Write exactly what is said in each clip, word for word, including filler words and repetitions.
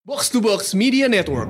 Box to Box Media Network.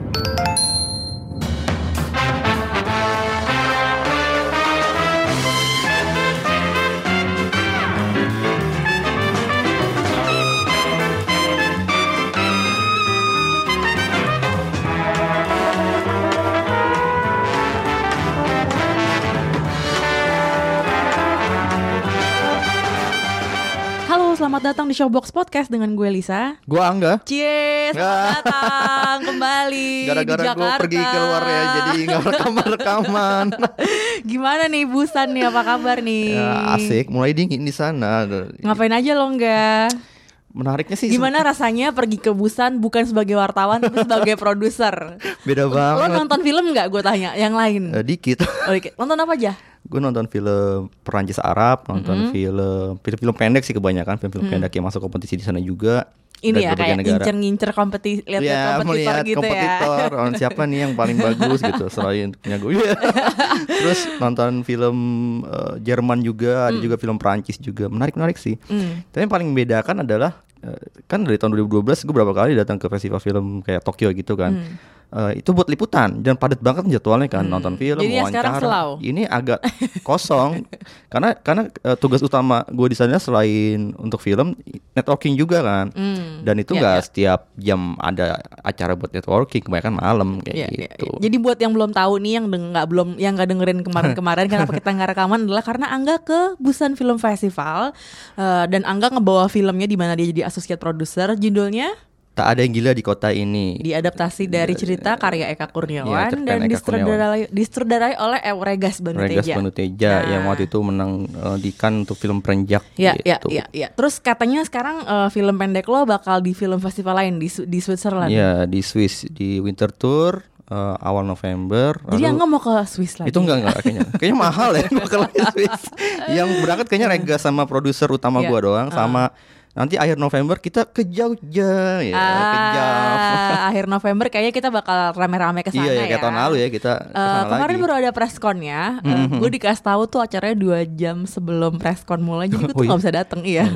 Selamat datang di Showbox Podcast dengan gue Lisa. Gue Angga. Cheers, selamat datang kembali Gara-gara di Jakarta. gue pergi keluar ya, jadi gak rekaman-rekaman. Gimana nih Busan nih, apa kabar nih? Ya, asik, mulai dingin di sana. Ngapain aja lo enggak? Menariknya sih gimana se- rasanya pergi ke Busan bukan sebagai wartawan tapi sebagai produser? Beda banget. Lo nonton film gak? Gue tanya, yang lain. uh, Dikit. Oh, dikit. Nonton apa aja? Gue nonton film Perancis Arab, nonton mm-hmm. film film-film pendek sih kebanyakan, film-film mm. pendek yang masuk kompetisi di sana juga. Ini ya kayak ngincer-ngincer kompetisi, lihat-lihat ya, kompetitor gitu kompetitor, ya. Kompetitor, siapa nih yang paling bagus gitu selain punya gue. Terus nonton film uh, Jerman juga, ada mm. juga film Perancis juga, menarik-menarik sih. Mm. Tapi yang paling membedakan adalah uh, kan dari tahun dua ribu dua belas gue berapa kali datang ke festival film kayak Tokyo gitu kan. Mm. Uh, itu buat liputan dan padat banget jadwalnya kan, hmm. nonton film, jadi wawancara. Ini agak kosong karena karena uh, tugas utama gue di sana selain untuk film networking juga kan, hmm. dan itu nggak yeah, yeah. setiap jam ada acara buat networking, kebanyakan malam kayak yeah, gitu. Yeah, yeah. Jadi buat yang belum tahu nih, yang nggak belum yang nggak dengerin kemarin-kemarin kenapa kita nggak rekaman adalah karena Angga ke Busan Film Festival uh, dan Angga ngebawa filmnya di mana dia jadi associate producer, judulnya Tak Ada Yang Gila di Kota Ini. Diadaptasi dari cerita karya Eka Kurniawan ya, dan disutradarai disutradarai oleh Regas Banuteja. Regas Banuteja nah. yang waktu itu menang uh, di Cannes untuk film Perenjak ya, gitu. Ya, ya, ya. Terus katanya sekarang uh, film pendek lo bakal di film festival lain di di Switzerland. Iya, di Swiss, di Winter Tour uh, awal November. Jadi Angga mau ke Swiss lagi? Itu enggak enggak kayaknya. Kayaknya mahal ya bakal ke Swiss. Yang berangkat kayaknya Regas sama produser utama ya, gua doang uh. sama nanti akhir November kita ke Jogja ya, ah, ke Java. Akhir November kayaknya kita bakal rame-rame ke sana ya. Iya, ya, kayak tahun lalu ya kita uh, kemarin lagi. Baru ada presscon ya. Uh, mm-hmm. Gue dikasih tahu tuh acaranya dua jam sebelum presscon mulai, jadi gue tuh nggak oh, iya? bisa datang iya.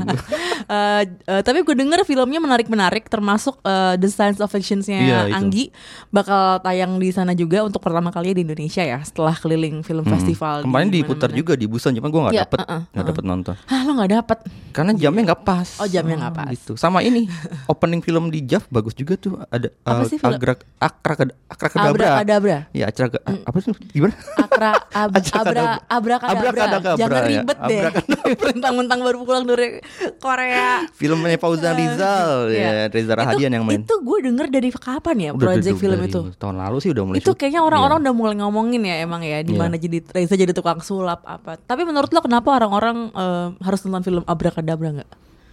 uh, uh, tapi gue denger filmnya menarik-menarik, termasuk uh, The Science of Fictions-nya iya, Anggi bakal tayang di sana juga untuk pertama kali di Indonesia ya, setelah keliling film hmm. festival. Kemarin di diputar juga di Busan, cuman gue nggak ya, dapet, uh-uh, nggak uh-uh. dapet nonton. Hah, lo nggak dapet? Karena jamnya nggak pas. Oh, jamnya nggak pas. Gitu. Sama ini opening film di J A V bagus juga tuh, ada apa sih film? Agrak Akra Akra Kadabra. Abra Ya, acara mm. apa sih gimana? Akra ab, Abra Abra Kadabra. Jangan ribet ya. deh. Mentang-mentang baru pulang dari Korea. Filmnya Fauzan Rizal ya, Reza Rahadian yang main. Itu gue denger dari kapan ya udah, project udah, film dari itu? Tahun lalu sih udah mulai. Itu kayaknya orang-orang yeah. udah mulai ngomongin ya emang ya, di mana yeah. jadi Reza jadi tukang sulap apa. Tapi menurut lo kenapa orang-orang uh, harus nonton film Abra Kadabra enggak?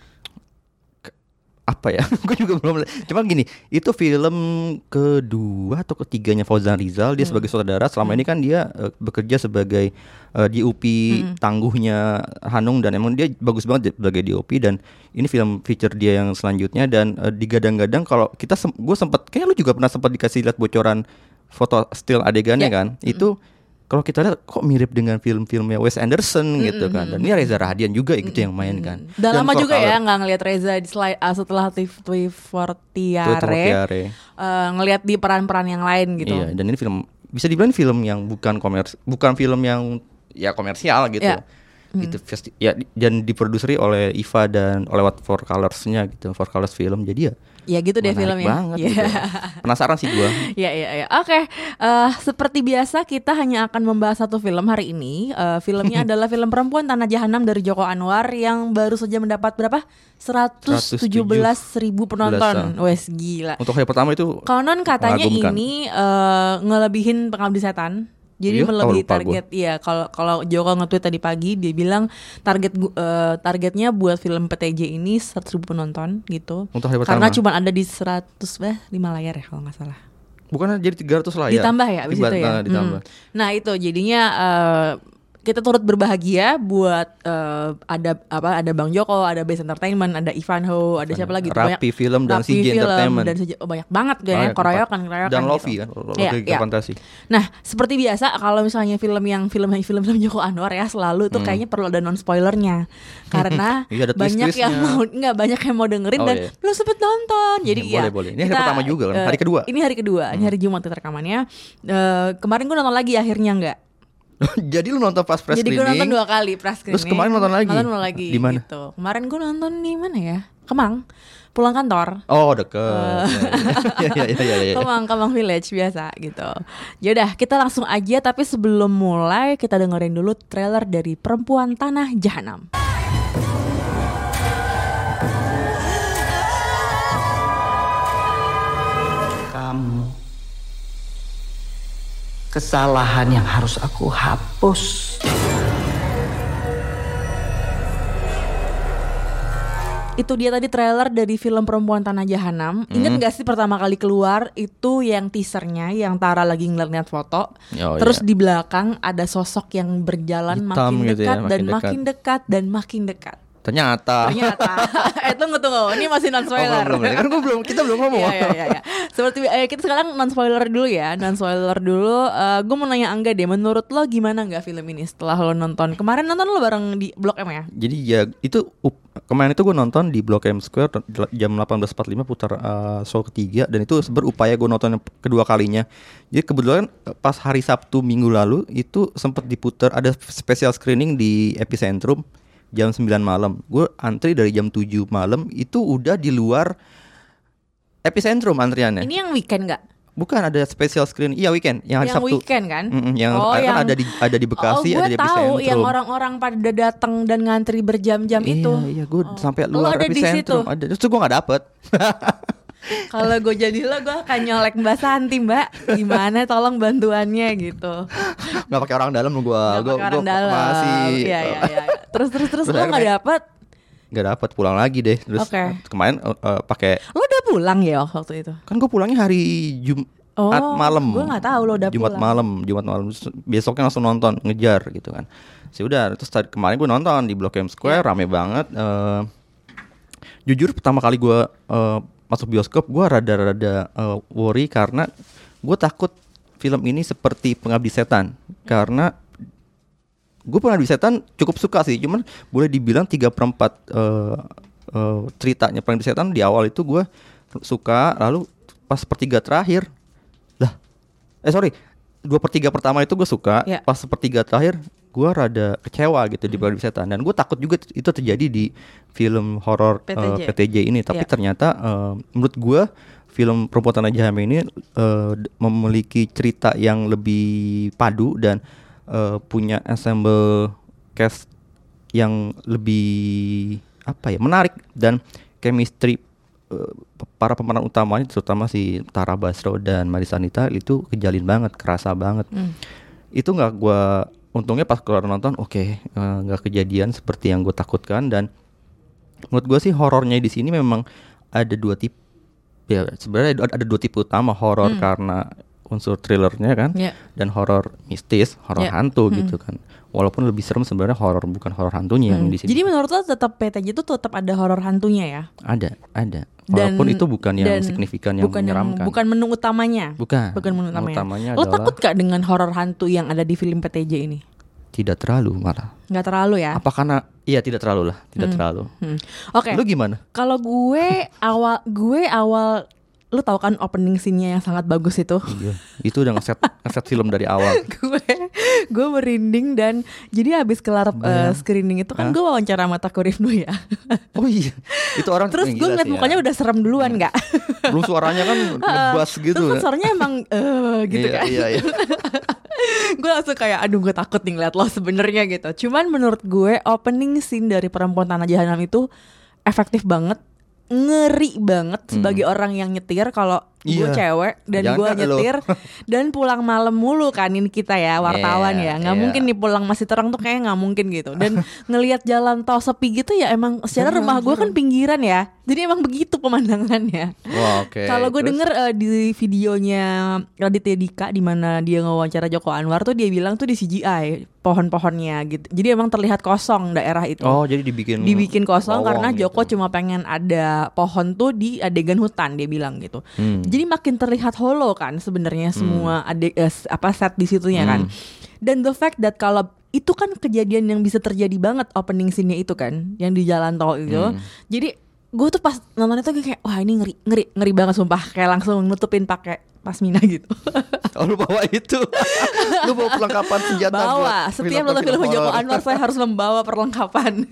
Apa ya? Gue juga belum. Cuma gini, itu film kedua atau ketiganya Fauzan Rizal. Dia hmm. sebagai sutradara. Selama hmm. ini kan dia uh, bekerja sebagai uh, D O P hmm. tangguhnya Hanung, dan emang dia bagus banget sebagai D O P. Dan ini film feature dia yang selanjutnya, dan uh, digadang-gadang kalau kita sem- gue sempat, kayaknya lu juga pernah sempat dikasih lihat bocoran foto still adegannya yeah. kan? Hmm. Itu kalau kita lihat kok mirip dengan film-filmnya Wes Anderson mm-hmm. gitu kan. Dan ini Reza Rahadian juga gitu mm-hmm. yang main kan. Udah lama juga ya nggak ngelihat Reza di slide, uh, setelah Twi Fortiare uh, ngelihat di peran-peran yang lain gitu. Iya, dan ini film bisa dibilang film yang bukan komersial, bukan film yang ya komersial gitu. Yeah. Gitu hmm. festi- ya dan diproduseri oleh Iva dan oleh Four Colors-nya gitu, Four Colors Film. Jadi ya ya gitu deh filmnya. Banget yeah. gitu. Penasaran sih gua. Iya iya iya. Oke, uh, seperti biasa kita hanya akan membahas satu film hari ini. Uh, filmnya adalah film Perempuan Tanah Jahanam dari Joko Anwar yang baru saja mendapat berapa? seratus tujuh belas ribu penonton. Wes gila. Untuk hari pertama itu konon katanya ini uh, ngelebihin Pengabdi Setan. Jadi iya, melebihi target. Iya, kalau kalau Joko nge-tweet tadi pagi dia bilang target uh, targetnya buat film P T J ini seratus ribu penonton gitu. Untuk hari karena pertama. cuma ada di seratus eh, lima layar ya kalau nggak salah. Bukan jadi tiga ratus layar. Ditambah ya abis Tiba, itu ya. Nah, ditambah. Hmm. Nah, itu jadinya uh, kita turut berbahagia buat uh, ada apa ada Bang Joko, ada Base Entertainment, ada Ivanho, ada siapa lagi? Rapi Film dan C J Entertainment dan C J, oh, banyak banget ya, keroyokan keroyokan dan gitu. Lofi kan, Lofi ya, ya. Fantasi. Nah, seperti biasa kalau misalnya film yang film film film Joko Anwar ya selalu tuh hmm. kayaknya perlu ada non spoilernya karena iya, banyak yang mau nggak banyak yang mau dengerin oh, dan iya. belum sempet nonton. Jadi ya, ya boleh boleh. Ini hari kita, pertama juga kan, hari kedua. Uh, ini hari kedua, hmm. ini hari Jumat kita rekamannya. Uh, kemarin gue nonton lagi akhirnya nggak. Jadi lu nonton pas press screening? Jadi gue nonton dua kali press screening. Terus kemarin nonton lagi? Nonton lagi. Di mana? Gitu. Kemarin gue nonton di mana ya? Kemang. Pulang kantor. Oh deket. Uh, ya, ya, ya, ya, ya. Kemang, Kemang Village biasa gitu. Yaudah kita langsung aja. Tapi sebelum mulai kita dengerin dulu trailer dari Perempuan Tanah Jahanam. Kamu, kesalahan yang harus aku hapus. Itu dia tadi trailer dari film Perempuan Tanah Jahanam. Ingat mm. gak sih pertama kali keluar itu yang teasernya, yang Tara lagi ngeliat-ngeliat foto. Oh, terus iya. di belakang ada sosok yang berjalan hitam makin gitu dekat ya, makin dan dekat. makin dekat dan makin dekat. Ternyata. Ternyata. eh tunggu tunggu, ini masih non spoiler. Oh, kan gue belum, kita belum ngomong. Iya iya iya. Seperti eh, kita sekarang non spoiler dulu ya, non spoiler dulu. Uh, gue mau nanya Angga deh, menurut lo gimana nggak film ini setelah lo nonton? Kemarin nonton lo bareng di Blok M ya? Jadi ya itu uh, kemarin itu gue nonton di Blok M Square jam delapan belas empat puluh lima putar uh, show ketiga dan itu berupaya gue nonton yang kedua kalinya. Jadi kebetulan pas hari Sabtu minggu lalu itu sempat diputar ada special screening di Epicentrum jam sembilan malam. Gue antri dari jam tujuh malam itu udah di luar Epicentrum antriannya. Ini yang weekend gak? Bukan, ada special screen. Iya weekend, yang hari yang Sabtu. Yang weekend kan? Mm-mm, yang oh, kan yang... ada di ada di Bekasi, oh, ada di Epicentrum. Oh, gue tahu yang orang-orang pada datang dan ngantri berjam-jam iya, itu. Iya, iya, gue oh. sampai luar Epicentrum. Ada, terus gue nggak dapet. Kalau gue jadi lo, gue akan nyolek Mbak Santi, Mbak. Gimana tolong bantuannya gitu. Gak pakai orang dalam gue. Gak pakai orang dalam. Masih. Iya iya iya. Terus terus terus lo nggak dapet? Nggak dapet, pulang lagi deh. Terus okay. kemarin uh, pakai. Lo udah pulang ya waktu itu? Kan gue pulangnya hari Jumat oh, malam. Gue nggak tahu lo udah Jumat pulang. malam, Jumat malam. Besoknya langsung nonton, ngejar gitu kan. Sudah. Terus tadi, kemarin gue nonton di Blok M Square, yeah. rame banget. Uh, jujur pertama kali gue uh, masuk bioskop, gue rada-rada uh, worry karena gue takut film ini seperti Pengabdi Setan. Karena gue Pengabdi Setan cukup suka sih, cuman boleh dibilang tiga per empat uh, uh, ceritanya Pengabdi Setan di awal itu gue suka, lalu pas sepertiga terakhir, lah, eh sorry, dua per tiga pertama itu gue suka, yeah. pas sepertiga terakhir gue rada kecewa gitu hmm. di Pengabdi Setan, dan gue takut juga itu terjadi di film horor P T J. Uh, P T J ini, tapi yeah. ternyata uh, menurut gue film Perempuan Tanah Jahanam ini uh, memiliki cerita yang lebih padu dan uh, punya ensemble cast yang lebih apa ya menarik, dan chemistry uh, para pemeran utamanya terutama si Tara Basro dan Marissa Anita itu kejalin banget, kerasa banget. Hmm. Itu nggak gue untungnya pas keluar nonton, oke okay, nggak uh, kejadian seperti yang gue takutkan. Dan menurut gue sih horornya di sini memang ada dua tipe. Ya sebenarnya ada dua tipe utama, horor hmm. karena unsur thrillernya kan, yeah. dan horor mistis, horor yeah. hantu hmm. gitu kan. Walaupun lebih serem sebenarnya horor, bukan horor hantunya hmm. yang di sini. Jadi menurut lo tetap P T J itu tetap ada horor hantunya ya? Ada, ada. Walaupun dan, itu bukan yang signifikan, yang bukan menyeramkan. Yang, bukan menu utamanya. Bukan. Bukan menu utamanya. utamanya lo adalah, takut gak dengan horor hantu yang ada di film P T J ini? Tidak terlalu malah. Nggak terlalu ya? Apa karena iya tidak terlalu lah, tidak hmm. terlalu. Hmm. Oke. Okay. Lu gimana? Kalau gue awal gue awal lu tahu kan opening scene-nya yang sangat bagus itu? Iya. Itu udah ngeset ngeset film dari awal. gue gue merinding, dan jadi habis kelar uh, screening itu kan Hah? gue wawancara sama Teuku Rifnu ya. Oh iya. Itu orang. Terus gue ngeliat mukanya ya. Udah serem duluan nggak? Belum suaranya kan ngebas gitu. Terus suaranya emang uh, gitu kan. Iya iya. Gue langsung kayak aduh gue takut nih ngeliat lo sebenarnya gitu. Cuman menurut gue opening scene dari Perempuan Tanah Jahanam itu efektif banget, ngeri banget sebagai hmm. orang yang nyetir. Kalau gue Iya. cewek dan Jangan gue kan lo. nyetir dan pulang malam mulu kan ini kita ya wartawan Yeah, ya, nggak yeah. mungkin nih pulang masih terang tuh kayak nggak mungkin gitu. Dan ngelihat jalan tol sepi gitu ya, emang secara rumah gue kan pinggiran ya, jadi emang begitu pemandangannya. Wah, oke. Kalau gue Terus? denger uh, di videonya Raditya Dika di mana dia ngewawancara Joko Anwar tuh, dia bilang tuh di C G I pohon-pohonnya gitu. Jadi emang terlihat kosong daerah itu. Oh, jadi dibikin Dibikin kosong lowong karena Joko gitu. cuma pengen ada pohon tuh di adegan hutan, dia bilang gitu. Hmm. Jadi makin terlihat hollow kan sebenarnya semua ade eh, apa set di situnya kan. Hmm. Dan the fact that kalau itu kan kejadian yang bisa terjadi banget opening scene-nya itu kan, yang di jalan tol itu. Hmm. Jadi gue tuh pas nonton itu kayak wah ini ngeri ngeri ngeri banget sumpah, kayak langsung nutupin pakai pasmina gitu. Oh, lu bawa itu. Lu bawa perlengkapan senjata Bawa buat setiap nonton film Joko horor. Anwar saya harus membawa perlengkapan.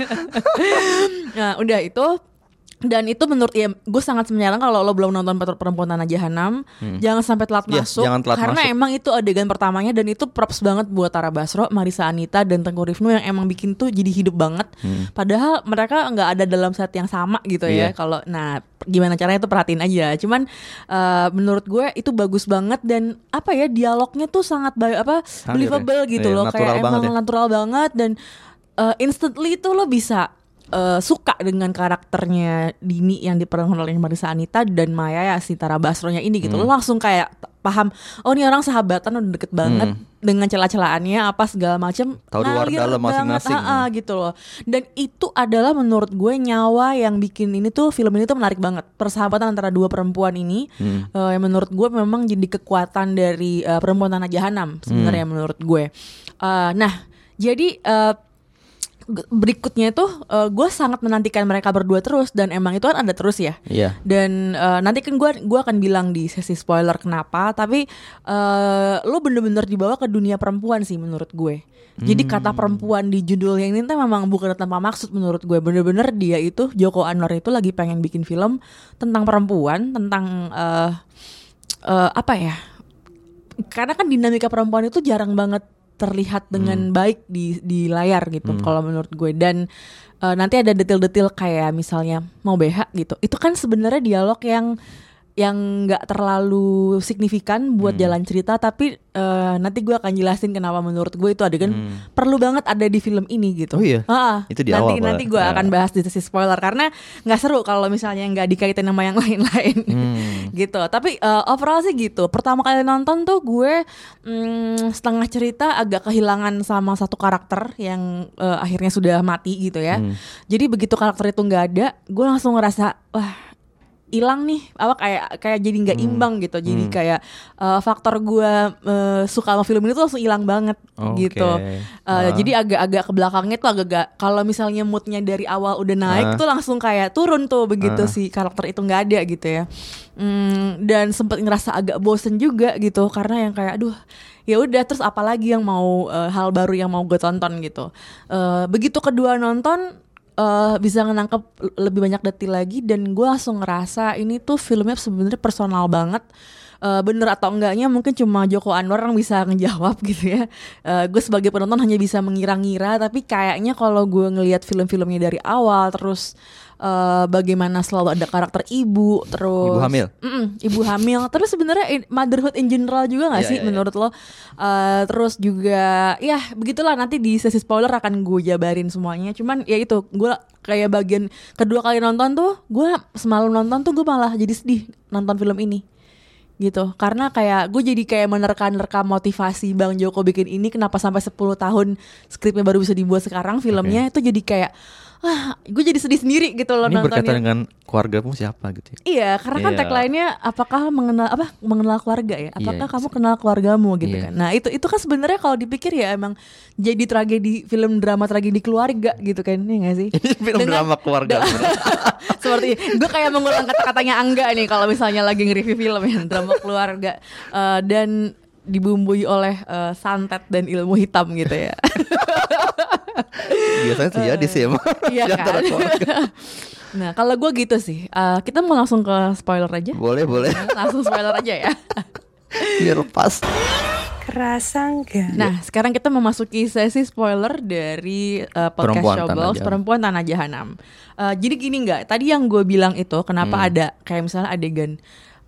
Nah udah itu. Dan itu menurut ya, gue sangat menyarankan kalau lo belum nonton Perempuan Tanah Jahanam, hmm. jangan sampai telat Yes, masuk, jangan telat karena masuk. emang itu adegan pertamanya dan itu props banget buat Tara Basro, Marissa Anita dan Tengku Rifnu yang emang bikin tuh jadi hidup banget. Hmm. Padahal mereka nggak ada dalam set yang sama gitu ya. Yeah. Kalau nah gimana caranya itu perhatiin aja. Cuman uh, menurut gue itu bagus banget dan apa ya dialognya tuh sangat baik apa Hadir believable ya? gitu Iya, loh, natural kayak banget emang ya. natural banget dan uh, instantly itu lo bisa Uh, suka dengan karakternya Dini yang diperankan oleh Marissa Anita dan Maya ya si Tara Basro-nya ini gitu. Hmm. Lo langsung kayak t- paham, oh ini orang sahabatan udah deket banget Hmm. dengan celah-celahannya apa segala macam. Tahu luar ngalir dalam banget, masing-masing. ah, ah, gitu loh. Dan itu adalah menurut gue nyawa yang bikin ini tuh film ini tuh menarik banget. Persahabatan antara dua perempuan ini Hmm. uh, yang menurut gue memang jadi kekuatan dari uh, Perempuan Tanah Jahanam sebenarnya menurut gue. Uh, nah jadi uh, berikutnya itu uh, gue sangat menantikan mereka berdua terus dan emang itu kan ada terus ya. Iya. Dan uh, nanti kan gue gua akan bilang di sesi spoiler kenapa, tapi uh, lo bener-bener dibawa ke dunia perempuan sih menurut gue. Jadi kata perempuan di judulnya ini tuh memang bukan tanpa maksud menurut gue. Bener-bener dia itu Joko Anwar itu lagi pengen bikin film tentang perempuan, tentang uh, uh, apa ya? Karena kan dinamika perempuan itu jarang banget terlihat dengan hmm. baik di di layar gitu hmm. kalau menurut gue. Dan uh, nanti ada detail-detail kayak misalnya mau B H gitu, itu kan sebenarnya dialog yang yang nggak terlalu signifikan buat hmm. jalan cerita, tapi uh, nanti gue akan jelasin kenapa menurut gue itu adegan hmm. perlu banget ada di film ini gitu. Oh iya, ah, itu di nanti awal nanti gue ya. akan bahas di sesi spoiler karena nggak seru kalau misalnya nggak dikaitin sama yang lain-lain hmm. gitu. Tapi uh, overall sih gitu. Pertama kali nonton tuh gue mm, setengah cerita agak kehilangan sama satu karakter yang uh, akhirnya sudah mati gitu ya. Hmm. Jadi begitu karakter itu nggak ada, gue langsung ngerasa wah hilang nih, apa kayak kayak jadi nggak hmm. imbang gitu. Jadi hmm. kayak uh, faktor gue uh, suka sama film ini tuh langsung hilang banget okay. gitu. Uh, uh. Jadi agak-agak ke belakangnya tuh agak-agak kalau misalnya moodnya dari awal udah naik uh. tuh langsung kayak turun tuh begitu uh. si karakter itu nggak ada gitu ya. Hmm, dan sempet ngerasa agak bosen juga gitu karena yang kayak aduh ya udah terus apalagi yang mau uh, hal baru yang mau gue tonton gitu. Uh, begitu kedua nonton Uh, bisa nangkep lebih banyak detail lagi dan gue langsung ngerasa ini tuh filmnya sebenarnya personal banget. Uh, bener atau enggaknya mungkin cuma Joko Anwar yang bisa ngejawab gitu ya. Uh, gue sebagai penonton hanya bisa mengira-ngira, tapi kayaknya kalau gue ngelihat film-filmnya dari awal terus uh, bagaimana selalu ada karakter ibu, terus ibu hamil, ibu hamil. Tapi sebenarnya motherhood in general juga nggak yeah, sih yeah, menurut yeah. lo? Uh, terus juga ya begitulah, nanti di sesi spoiler akan gue jabarin semuanya. Cuman ya itu gue kayak bagian kedua kali nonton tuh gue semalam nonton tuh gue malah jadi sedih nonton film ini gitu, karena kayak gue jadi kayak menerka-nerka motivasi Bang Joko bikin ini kenapa sampai sepuluh tahun skripnya baru bisa dibuat sekarang filmnya. Okay. Itu jadi kayak ah, gue jadi sedih sendiri gitu loh ini nontonnya. Ini berkaitan dengan keluargamu siapa gitu ya? Iya, karena kan yeah. tagline-nya apakah mengenal apa mengenal keluarga ya? Apakah yeah, kamu kenal keluargamu gitu yeah. kan? Nah itu itu kan sebenarnya kalau dipikir ya emang jadi tragedi, film drama tragedi keluarga gitu kan, ya nggak sih? Ini film dengan, drama keluarga. Seperti gue kayak mengulang kata-katanya Angga nih kalau misalnya lagi nge-review film ya, drama keluarga uh, dan dibumbui oleh uh, santet dan ilmu hitam gitu ya. Biasanya terjadi uh, sih emang. Iya kan. Nah kalau gue gitu sih, uh, kita mau langsung ke spoiler aja. Boleh boleh. Langsung spoiler aja ya. Biar lepas. Kerasa enggak? Nah sekarang kita memasuki sesi spoiler dari uh, podcast Perempuan Showbox Tanah Perempuan Tanah Jahanam. Uh, jadi gini nggak? Tadi yang gue bilang itu kenapa hmm. ada kayak misalnya adegan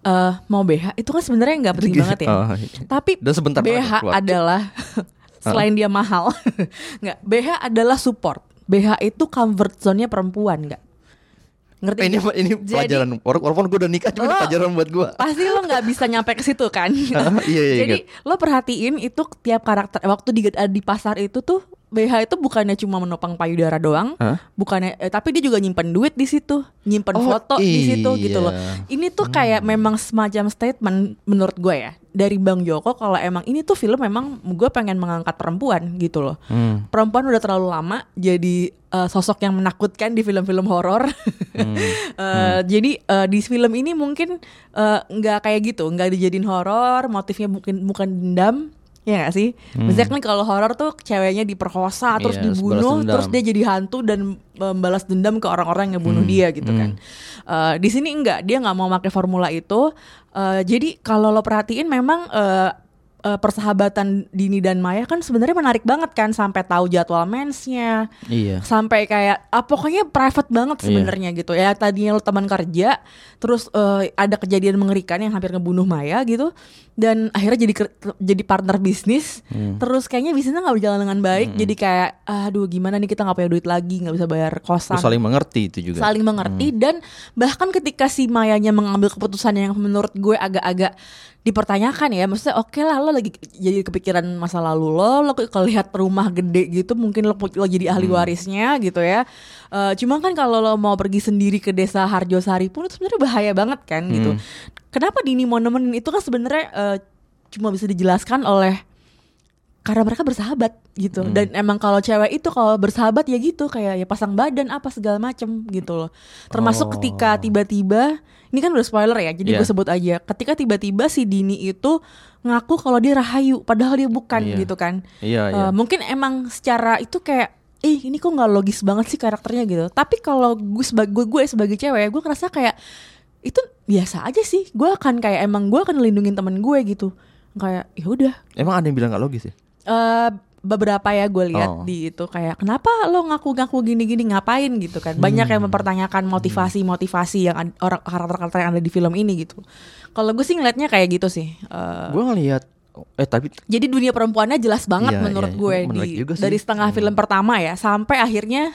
uh, mau B H itu kan sebenarnya nggak penting banget ya. Oh, Tapi dan sebentar B H adalah selain dia mahal, nggak, B H adalah support. B H itu comfort zone-nya perempuan, nggak? Ngerti? Eh, ini gak? ini Jadi, pelajaran. Walaupun gue udah nikah, cuma lo, pelajaran buat gue. Pasti lo nggak bisa nyampe ke situ kan? Uh, iya, iya, Jadi iya. lo perhatiin itu tiap karakter waktu di di pasar itu tuh B H itu bukannya cuma menopang payudara doang, huh? bukannya, eh, tapi dia juga nyimpen duit di situ, nyimpen Oh, foto iya. di situ gitu loh. Ini tuh kayak hmm. memang semacam statement menurut gue ya dari Bang Joko kalau emang ini tuh film memang gue pengen mengangkat perempuan gitu loh. Hmm. Perempuan udah terlalu lama jadi uh, sosok yang menakutkan di film-film horor. Hmm. uh, hmm. Jadi uh, di film ini mungkin nggak uh, kayak gitu, nggak dijadiin horor, motifnya mungkin bukan dendam. Ya gak sih? Hmm. Biasanya kan kalau horor tuh ceweknya diperkosa terus yes, dibunuh terus dia jadi hantu dan membalas dendam ke orang-orang yang bunuh hmm. dia gitu hmm. kan. Uh, di sini enggak, dia nggak mau pakai formula itu. Uh, jadi kalau lo perhatiin memang uh, uh, persahabatan Dini dan Maya kan sebenarnya menarik banget kan, sampai tahu jadwal mensnya. Iya. Sampai kayak ah, pokoknya private banget sebenarnya iya. gitu. Ya tadinya lo teman kerja, terus uh, ada kejadian mengerikan yang hampir ngebunuh Maya gitu. Dan akhirnya jadi jadi partner bisnis, hmm. terus kayaknya bisnisnya nggak berjalan dengan baik, hmm. jadi kayak aduh gimana nih kita nggak punya duit lagi, nggak bisa bayar kosan. Terus saling mengerti itu juga. Saling mengerti hmm. dan bahkan ketika si Mayanya mengambil keputusan yang menurut gue agak-agak dipertanyakan ya, maksudnya oke okay lah lo lagi jadi kepikiran masa lalu lo, lo kalau lihat rumah gede gitu mungkin lo, lo jadi ahli hmm. warisnya gitu ya. Uh, cuma kan kalau lo mau pergi sendiri ke desa Harjosari pun itu sebenarnya bahaya banget kan hmm. gitu. Kenapa Dini mau nemenin itu kan sebenarnya uh, cuma bisa dijelaskan oleh karena mereka bersahabat gitu. Hmm. Dan emang kalau cewek itu kalau bersahabat ya gitu kayak ya pasang badan apa segala macem gitu loh. Termasuk oh. ketika tiba-tiba, ini kan udah spoiler ya, jadi yeah. gue sebut aja. Ketika tiba-tiba si Dini itu ngaku kalau dia Rahayu padahal dia bukan yeah. gitu kan. Yeah, uh, yeah. Mungkin emang secara itu kayak ih ini kok nggak logis banget sih karakternya gitu. Tapi kalau gue sebagai gue, gue sebagai cewek, gue ngerasa kayak itu biasa aja sih. Gue akan kayak emang gue akan lindungin temen gue gitu. Kayak ya udah. Emang ada yang bilang nggak logis ya? Uh, beberapa ya gue lihat oh. di itu kayak kenapa lo ngaku-ngaku gini-gini ngapain gitu kan. Banyak hmm. yang mempertanyakan motivasi-motivasi yang ad- orang karakter-karakter yang ada di film ini gitu. Kalau gue sih ngeliatnya kayak gitu sih. Uh, gue ngeliat eh tapi jadi dunia perempuannya jelas banget iya, iya, menurut gue di, dari setengah hmm. film pertama ya sampai akhirnya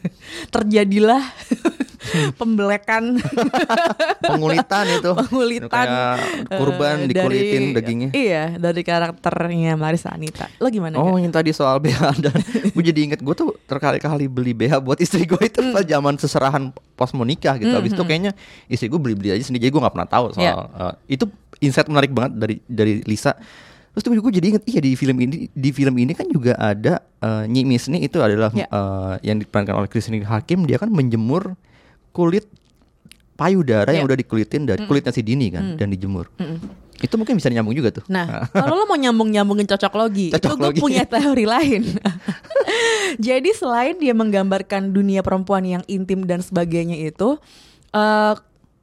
terjadilah pembelekan pengulitan itu pengulitan kayak kurban uh, dikulitin dari, dagingnya iya dari karakternya Marissa Anita. Lo gimana? Oh yang tadi soal B H dan gue jadi inget gue tuh terkali-kali beli B H buat istri gue itu pas zaman seserahan pas mau nikah gitu. Habis mm-hmm. itu kayaknya istri gue beli-beli aja sendiri, jadi gue nggak pernah tahu soal yeah. uh, itu insight menarik banget dari dari Lisa. Terus gue jadi inget iya di film ini di film ini kan juga ada uh, Nyi Misni itu adalah yeah. uh, yang diperankan oleh Christine Hakim. Dia kan menjemur kulit payudara yeah. yang udah dikulitin dari mm. kulitnya si Dini kan mm. dan dijemur. Mm-mm. Itu mungkin bisa nyambung juga tuh. Nah, kalau lo mau nyambung-nyambungin cocok logi, cocok itu gue punya teori lain. Jadi selain dia menggambarkan dunia perempuan yang intim dan sebagainya itu, uh,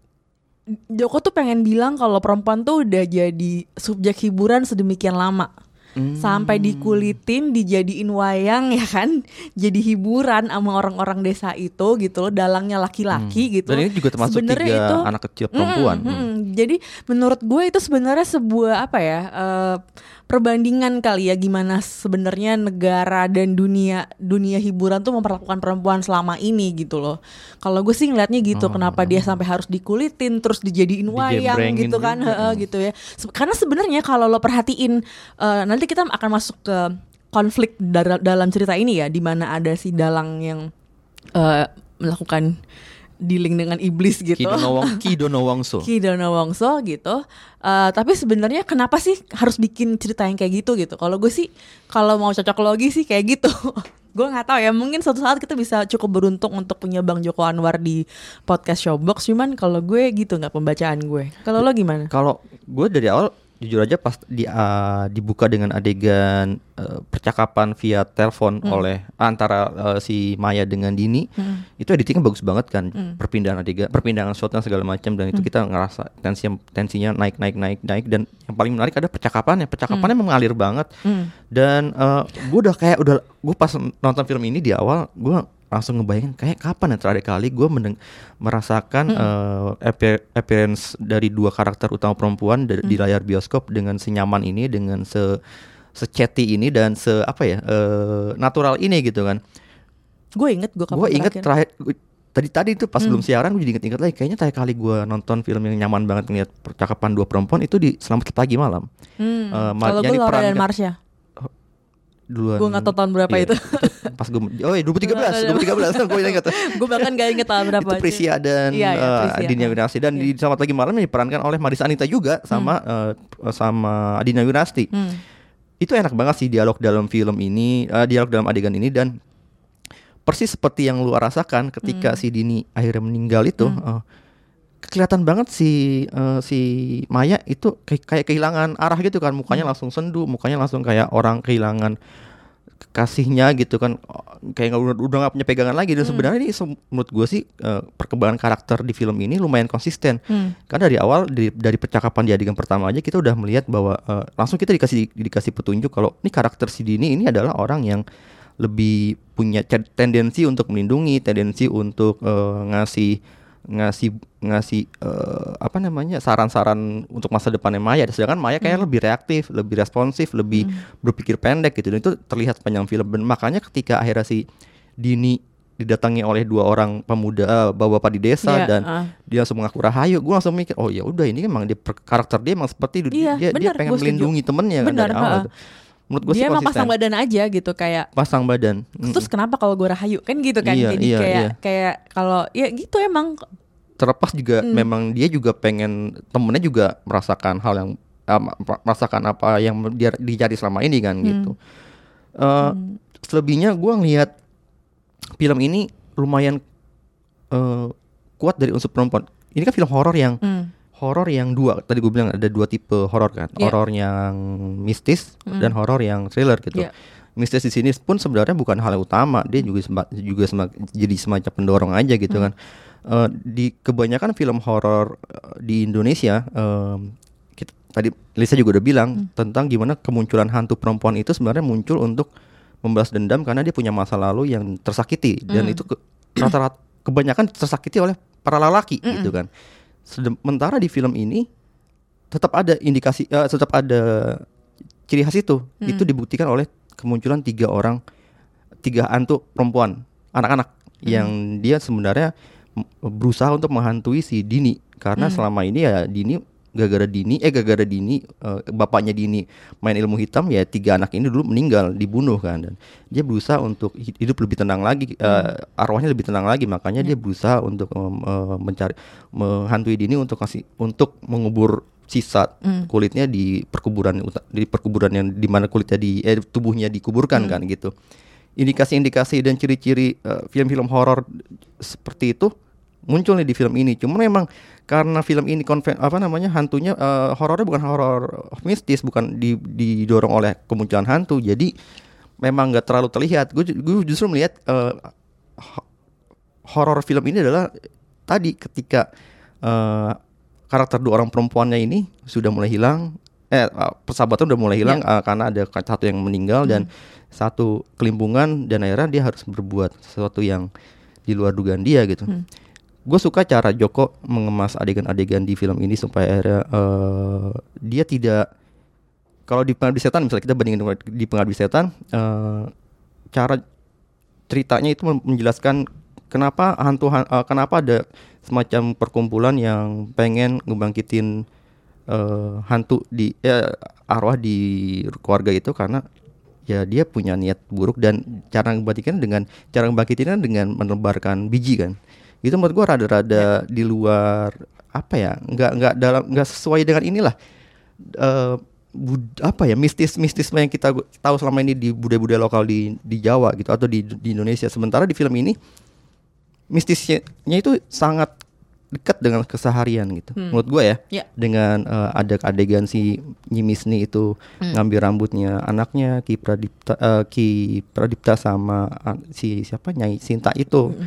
Joko tuh pengen bilang kalau perempuan tuh udah jadi subjek hiburan sedemikian lama. Hmm. Sampai dikulitin, dijadiin wayang ya kan, jadi hiburan sama orang-orang desa itu gitu loh, dalangnya laki-laki hmm. gitu. Dan ini juga termasuk sebenernya tiga itu, anak kecil perempuan. Hmm, hmm, hmm. Jadi menurut gue itu sebenarnya sebuah apa ya uh, perbandingan kali ya gimana sebenarnya negara dan dunia dunia hiburan tuh memperlakukan perempuan selama ini gitu loh. Kalau gue sih ngeliatnya gitu, oh, kenapa oh. dia sampai harus dikulitin terus dijadiin wayang gitu kan, juga. Gitu ya. Karena sebenarnya kalau lo perhatiin uh, nanti kita akan masuk ke konflik dar- dalam cerita ini ya, di mana ada si dalang yang uh, melakukan dealing dengan iblis gitu. Ki Dono Wong, Ki Dono Wongso. Ki Dono Wongso gitu. Uh, tapi sebenarnya kenapa sih harus bikin cerita yang kayak gitu gitu? Kalau gue sih kalau mau cocok logi sih kayak gitu. Gue nggak tahu ya, mungkin suatu saat kita bisa cukup beruntung untuk punya Bang Joko Anwar di podcast Showbox. Cuman kalau gue gitu nggak pembacaan gue. Kalau lo gimana? Kalau gue dari awal jujur aja pas di, uh, dibuka dengan adegan uh, percakapan via telepon hmm. oleh antara uh, si Maya dengan Dini, hmm. itu editingnya bagus banget kan, hmm. perpindahan adegan, perpindahan shotnya segala macam, dan itu hmm. kita ngerasa tensi tensinya naik naik naik naik dan yang paling menarik ada percakapannya, percakapannya hmm. mengalir banget, hmm. dan uh, gue udah kayak udah gue pas nonton film ini di awal gue langsung ngebayangin kayak kapan ya terakhir kali gue mendeng- merasakan hmm. uh, appear- appearance dari dua karakter utama perempuan di, hmm. di layar bioskop dengan senyaman ini, dengan se seceti ini dan se apa ya uh, natural ini gitu kan. Gue inget gue kapan Gue inget terakhir tadi tadi itu pas hmm. sebelum siaran gue jadi inget-inget lagi kayaknya terakhir kali gue nonton film yang nyaman banget ngeliat percakapan dua perempuan itu di Selamat Pagi Malam. Hmm. Uh, Kalau gue Laura dan Marsha. Duluan. Gue gak tau tahun berapa iya, itu. itu pas gue oh iya dua ribu tiga belas gue ingat. Gue bahkan gak inget tahun berapa. Itu Prisia dan iya, iya, uh, Adina Winasti dan iya. Di Selamat Pagi Malam yang diperankan oleh Marisa Anita juga sama hmm. uh, sama Adina Winasti. Hmm. Itu enak banget sih dialog dalam film ini, uh, dialog dalam adegan ini dan persis seperti yang lu rasakan ketika hmm. si Dini akhirnya meninggal itu. Hmm. Uh, kelihatan banget si uh, si Maya itu kayak, kayak kehilangan arah gitu kan, mukanya hmm. langsung sendu, mukanya langsung kayak orang kehilangan kasihnya gitu kan, kayak udah udah nggak punya pegangan lagi. Dan hmm. sebenarnya ini menurut gue sih uh, perkembangan karakter di film ini lumayan konsisten hmm. karena dari awal dari, dari percakapan di adegan pertama aja kita udah melihat bahwa uh, langsung kita dikasih dikasih petunjuk kalau ini karakter si Dini ini adalah orang yang lebih punya tendensi untuk melindungi, tendensi untuk uh, ngasih ngasih ngasih uh, apa namanya saran-saran untuk masa depannya Maya. Sedangkan Maya kayak hmm. lebih reaktif, lebih responsif, lebih hmm. berpikir pendek gitu. Dan itu terlihat sepanjang film. Dan makanya ketika akhirnya si Dini didatangi oleh dua orang pemuda uh, bapak-bapak di desa yeah, dan uh. dia langsung mengaku rahayu, gue langsung mikir oh ya udah ini emang dia karakter dia emang seperti yeah, dia bener, dia pengen melindungi temennya kan dari awal. Uh. Menurut gue dia sih emang konsisten. Pasang badan aja gitu kayak pasang badan. Terus mm-mm. kenapa kalau gue rahayu kan gitu kan iya, jadi iya, kayak iya. kayak kalau ya gitu emang terlepas juga mm. memang dia juga pengen temennya juga merasakan hal yang uh, merasakan apa yang dia dicari selama ini kan mm. gitu. Uh, mm. Selebihnya gue ngelihat film ini lumayan uh, kuat dari unsur perempuan. Ini kan film horor yang mm. horor yang dua, tadi gue bilang ada dua tipe horor kan, yeah. horor yang mistis mm. dan horor yang thriller gitu. Yeah. Mistis di sini pun sebenarnya bukan hal yang utama, dia juga sema, juga sema, jadi semacam pendorong aja gitu mm. kan. Uh, di kebanyakan film horor uh, di Indonesia, um, kita, tadi Lisa juga udah bilang mm. tentang gimana kemunculan hantu perempuan itu sebenarnya muncul untuk membalas dendam karena dia punya masa lalu yang tersakiti dan mm. itu ke, rata-rata kebanyakan tersakiti oleh para lelaki mm-mm. gitu kan. Sementara di film ini tetap ada indikasi, uh, tetap ada ciri khas itu. Hmm. Itu dibuktikan oleh kemunculan tiga orang, tiga hantu perempuan, anak-anak hmm. yang dia sebenarnya berusaha untuk menghantui si Dini karena hmm. selama ini ya Dini gara-gara Dini, eh gara-gara Dini, uh, bapaknya Dini main ilmu hitam ya tiga anak ini dulu meninggal, dibunuh kan dan dia berusaha untuk hidup lebih tenang lagi, uh, arwahnya lebih tenang lagi makanya hmm. dia berusaha untuk um, uh, mencari menghantui Dini untuk kasih untuk mengubur sisa hmm. kulitnya di perkuburan di perkuburan yang di mana kulitnya di eh, tubuhnya dikuburkan hmm. kan gitu. Indikasi-indikasi dan ciri-ciri uh, film-film horor seperti itu muncul nih di film ini. Cuma memang karena film ini konven, apa namanya hantunya uh, horornya bukan horor mistis, bukan di, didorong oleh kemunculan hantu. Jadi memang nggak terlalu terlihat. Gue justru melihat uh, horor film ini adalah tadi ketika uh, karakter dua orang perempuannya ini sudah mulai hilang. Eh persahabatan udah mulai hilang yeah. uh, karena ada satu yang meninggal hmm. dan satu kelimpungan dan akhirnya dia harus berbuat sesuatu yang di luar dugaan dia gitu. Hmm. Gue suka cara Joko mengemas adegan-adegan di film ini supaya akhirnya uh, dia tidak, kalau di Pengabdi Setan misalnya kita bandingin di Pengabdi Setan, uh, cara ceritanya itu menjelaskan kenapa hantu uh, kenapa ada semacam perkumpulan yang pengen ngebangkitin uh, hantu di ya, arwah di keluarga itu karena ya dia punya niat buruk dan cara ngebangkitin dengan cara ngebangkitinnya dengan menebarkan biji kan. Itu menurut gue rada-rada ya. Di luar apa ya, nggak nggak dalam nggak sesuai dengan inilah uh, bud, apa ya mistis-mistisme yang kita tahu selama ini di budaya-budaya lokal di di Jawa gitu atau di di Indonesia. Sementara di film ini mistisnya itu sangat dekat dengan keseharian gitu. Hmm. Menurut gue ya, ya. Dengan uh, ada adegan si Nyimisni itu hmm. ngambil rambutnya anaknya Ki Pradipta, uh, Ki Pradipta sama uh, si siapa Nyai Sinta itu. Hmm.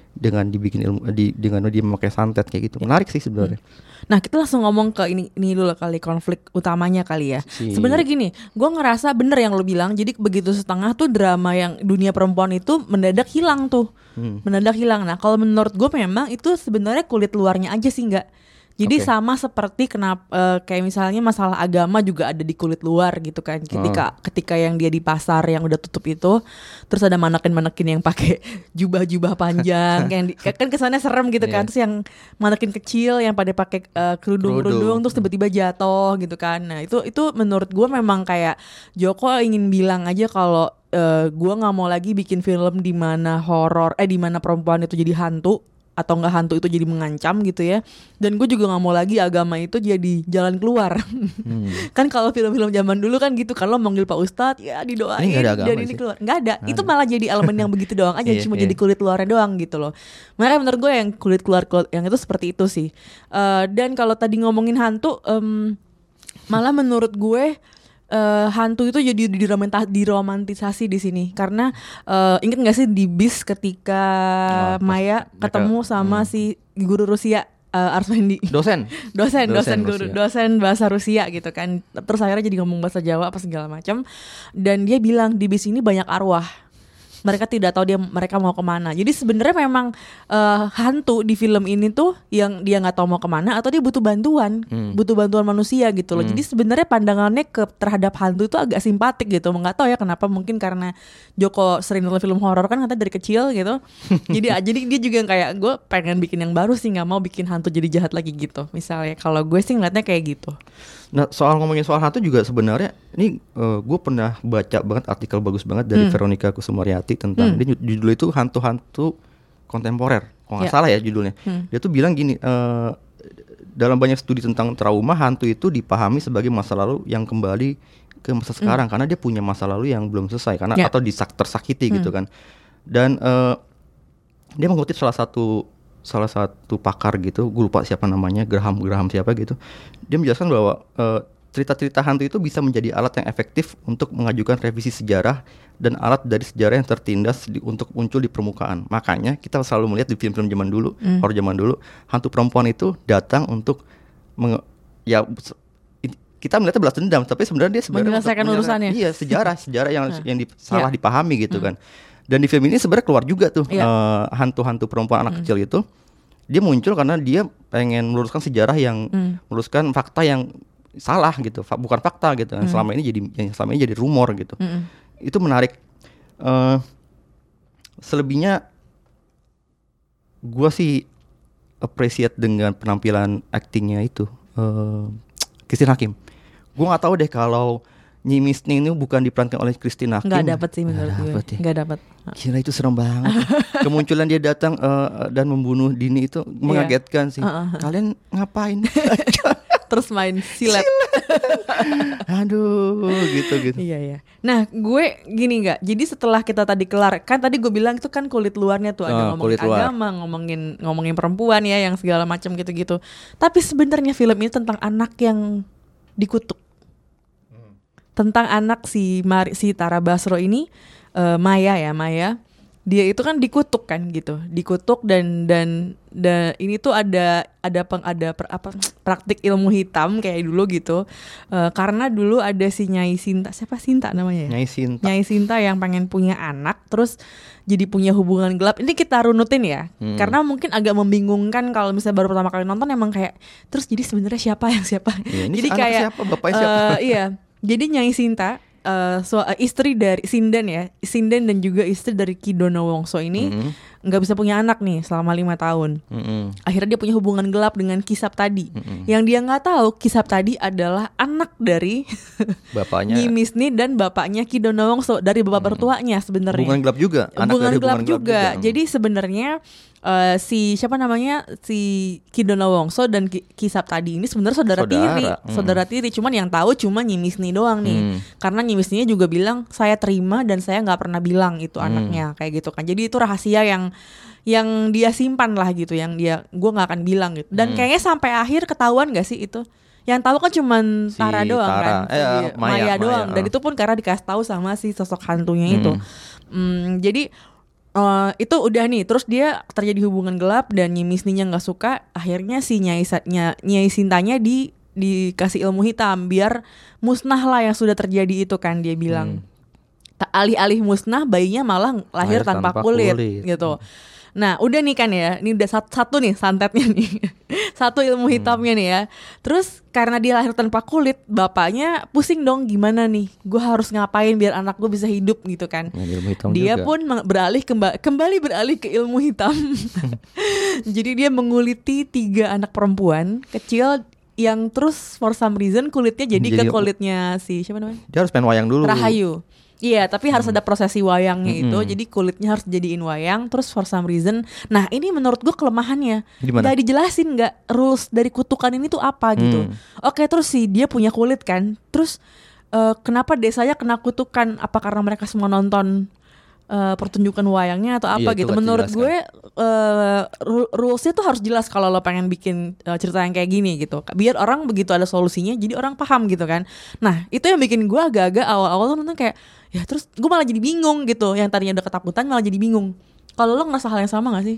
dengan dibikin ilmu di dengan dia memakai santet kayak gitu. Menarik sih sebenarnya. Nah kita langsung ngomong ke ini ini dulu kali konflik utamanya kali ya. Si. Sebenarnya gini, gue ngerasa bener yang lo bilang. Jadi begitu setengah tuh drama yang dunia perempuan itu mendadak hilang tuh, hmm. mendadak hilang. Nah kalau menurut gue memang itu sebenarnya kulit luarnya aja sih nggak. Jadi okay. sama seperti kenapa uh, kayak misalnya masalah agama juga ada di kulit luar gitu kan. Ketika oh. ketika yang dia di pasar yang udah tutup itu, terus ada manekin-manekin yang pakai jubah-jubah panjang yang di, kan kesannya serem gitu yeah. kan. Terus yang manekin kecil yang pada pakai uh, kerudung-kerudung terus tiba-tiba jatuh gitu kan. Nah, itu itu menurut gue memang kayak Joko ingin bilang aja kalau uh, gue nggak mau lagi bikin film di mana horor eh di mana perempuan itu jadi hantu atau enggak hantu itu jadi mengancam gitu ya. Dan gue juga gak mau lagi agama itu jadi jalan keluar. hmm. Kan kalau film-film zaman dulu kan gitu, kalau manggil Pak Ustadz ya didoain dan ini keluar. Gak ada, nah, itu malah jadi elemen yang begitu doang aja. Cuma yeah. jadi kulit luarnya doang gitu loh. Makanya menurut gue yang kulit keluar yang itu seperti itu sih. uh, Dan kalau tadi ngomongin hantu, um, malah menurut gue Uh, hantu itu jadi diromantisasi di sini karena uh, inget nggak sih di bis ketika oh, Maya ketemu mereka, sama hmm. si guru Rusia uh, Arswendi dosen dosen dosen guru dosen bahasa Rusia gitu kan, terus akhirnya jadi ngomong bahasa Jawa apa segala macam dan dia bilang di bis ini banyak arwah. Mereka tidak tahu dia mereka mau kemana. Jadi sebenarnya memang uh, hantu di film ini tuh yang dia nggak tahu mau kemana atau dia butuh bantuan, hmm. butuh bantuan manusia gitu loh. Hmm. Jadi sebenarnya pandangannya ke terhadap hantu itu agak simpatik gitu. Nggak tahu ya kenapa, mungkin karena Joko sering nonton film horor kan katanya dari kecil gitu. jadi jadi dia juga yang kayak gue pengen bikin yang baru sih, nggak mau bikin hantu jadi jahat lagi gitu. Misalnya kalau gue sih ngeliatnya kayak gitu. Nah soal ngomongin soal hantu juga sebenarnya ini uh, gue pernah baca banget artikel bagus banget dari hmm. Veronica Kusumaryati tentang hmm. dia judul itu hantu-hantu kontemporer kalau nggak yeah. salah ya judulnya. hmm. Dia tuh bilang gini, uh, dalam banyak studi tentang trauma, hantu itu dipahami sebagai masa lalu yang kembali ke masa sekarang hmm. karena dia punya masa lalu yang belum selesai karena yeah. atau disak tersakiti hmm. gitu kan. Dan uh, dia mengutip salah satu salah satu pakar gitu, gue lupa siapa namanya, Graham Graham siapa gitu. Dia menjelaskan bahwa uh, cerita-cerita hantu itu bisa menjadi alat yang efektif untuk mengajukan revisi sejarah dan alat dari sejarah yang tertindas di, untuk muncul di permukaan. Makanya kita selalu melihat di film-film zaman dulu, mm. horor zaman dulu, hantu perempuan itu datang untuk menge- ya kita melihatnya balas dendam, tapi sebenarnya dia sebenarnya menyelesaikan urusannya. Iya, sejarah, sejarah yang yang di, salah yeah. dipahami gitu mm. kan. Dan di film ini sebenarnya keluar juga tuh yeah. uh, hantu-hantu perempuan anak mm. kecil itu. Dia muncul karena dia pengen meluruskan sejarah yang mm. meluruskan fakta yang salah gitu, Fa- bukan fakta gitu. Mm. Selama ini jadi yang selama ini jadi rumor gitu. Mm. Itu menarik. Uh, selebihnya gue sih appreciate dengan penampilan actingnya itu uh, Christine Hakim. Gue nggak tahu deh kalau Nyi Misning ini bukan diperankan oleh Christine Hakim. Nggak dapet sih menurut gue. Ya. Nggak dapet. Kira itu serem banget. Kemunculan dia datang uh, dan membunuh Dini itu mengagetkan yeah. sih. Uh-uh. Kalian ngapain? Terus main silet. Aduh, gitu gitu. Iya iya. Nah, gue gini nggak. Jadi setelah kita tadi kelar, kan tadi gue bilang itu kan kulit luarnya tuh ada uh, ngomongin agama, ngomongin ngomongin perempuan ya, yang segala macam gitu-gitu. Tapi sebenarnya film ini tentang anak yang dikutuk. Tentang anak si Mari, si Tara Basro ini, uh, Maya ya Maya, dia itu kan dikutuk kan gitu, dikutuk dan dan dan ini tuh ada ada peng, ada per, apa praktik ilmu hitam kayak dulu gitu, uh, karena dulu ada si Nyai Sinta, siapa Sinta namanya ya? Nyai Sinta. Nyai Sinta yang pengen punya anak, terus jadi punya hubungan gelap. Ini kita runutin ya, hmm. karena mungkin agak membingungkan kalau misalnya baru pertama kali nonton, emang kayak terus jadi sebenarnya siapa yang siapa? Ya, ini jadi kayak siapa, bapaknya siapa? Uh, iya. Jadi Nyai Sinta, uh, so, uh, istri dari Sinden ya, Sinden dan juga istri dari Ki Dono Wongso ini nggak mm-hmm. bisa punya anak nih selama lima tahun. Mm-hmm. Akhirnya dia punya hubungan gelap dengan Ki Saptadi. Mm-hmm. Yang dia nggak tahu Ki Saptadi adalah anak dari bapaknya Nyi Misni dan bapaknya Ki Dono Wongso, dari bapak mm-hmm. mertuanya sebenarnya. Hubungan gelap juga. Anak hubungan dari gelap hubungan juga. Gelap juga. Jadi sebenarnya Uh, si siapa namanya si Ki Dono Wongso dan Ki, Ki Saptadi ini sebenarnya saudara, saudara tiri, hmm. saudara tiri. Cuman yang tahu cuma Nyi Misni doang nih. Hmm. Karena Nyi Misninya juga bilang saya terima dan saya nggak pernah bilang itu hmm. anaknya kayak gitu kan. Jadi itu rahasia yang yang dia simpan lah gitu, yang dia gue nggak akan bilang gitu. Dan hmm. kayaknya sampai akhir ketahuan nggak sih itu? Yang tahu kan cuma si Tara doang Tara. kan, eh, si Maya, Maya doang. Maya, Dan uh. itu pun karena dikasih tahu sama si sosok hantunya hmm. itu. Hmm, jadi Uh, itu udah nih, terus dia terjadi hubungan gelap dan Nyai Misninya nggak suka, akhirnya si Nyai Nyai, Nyai Sintanya di dikasih ilmu hitam biar musnah lah yang sudah terjadi itu kan, dia bilang. Hmm. Alih-alih musnah, bayinya malah lahir, lahir tanpa, tanpa kulit, kulit gitu. Hmm. Nah udah nih kan ya, ini udah satu, satu nih santetnya nih, satu ilmu hitamnya nih ya. Terus karena dia lahir tanpa kulit, bapaknya pusing dong, gimana nih, gue harus ngapain biar anak gue bisa hidup gitu kan. Dia juga pun beralih kemba- kembali beralih ke ilmu hitam. Jadi dia menguliti tiga anak perempuan kecil yang terus for some reason kulitnya jadi, jadi ke kulitnya si siapa namanya? Dia harus pengen wayang dulu. Rahayu. Iya, tapi harus ada prosesi wayangnya hmm. itu. Jadi kulitnya harus jadiin wayang. Terus for some reason, nah ini menurut gue kelemahannya. Gimana? Gak dijelasin gak rules dari kutukan ini tuh apa gitu. hmm. Oke, terus sih dia punya kulit kan. Terus uh, kenapa desanya kena kutukan? Apa karena mereka semua nonton uh, pertunjukan wayangnya atau apa iya, gitu. Menurut gue uh, rulesnya tuh harus jelas kalau lo pengen bikin uh, cerita yang kayak gini gitu. Biar orang begitu ada solusinya, jadi orang paham gitu kan. Nah itu yang bikin gue agak-agak awal-awal tuh nonton kayak, ya terus gue malah jadi bingung gitu. Yang tadinya udah ketakutan malah jadi bingung. Kalau lo ngerasa hal yang sama gak sih?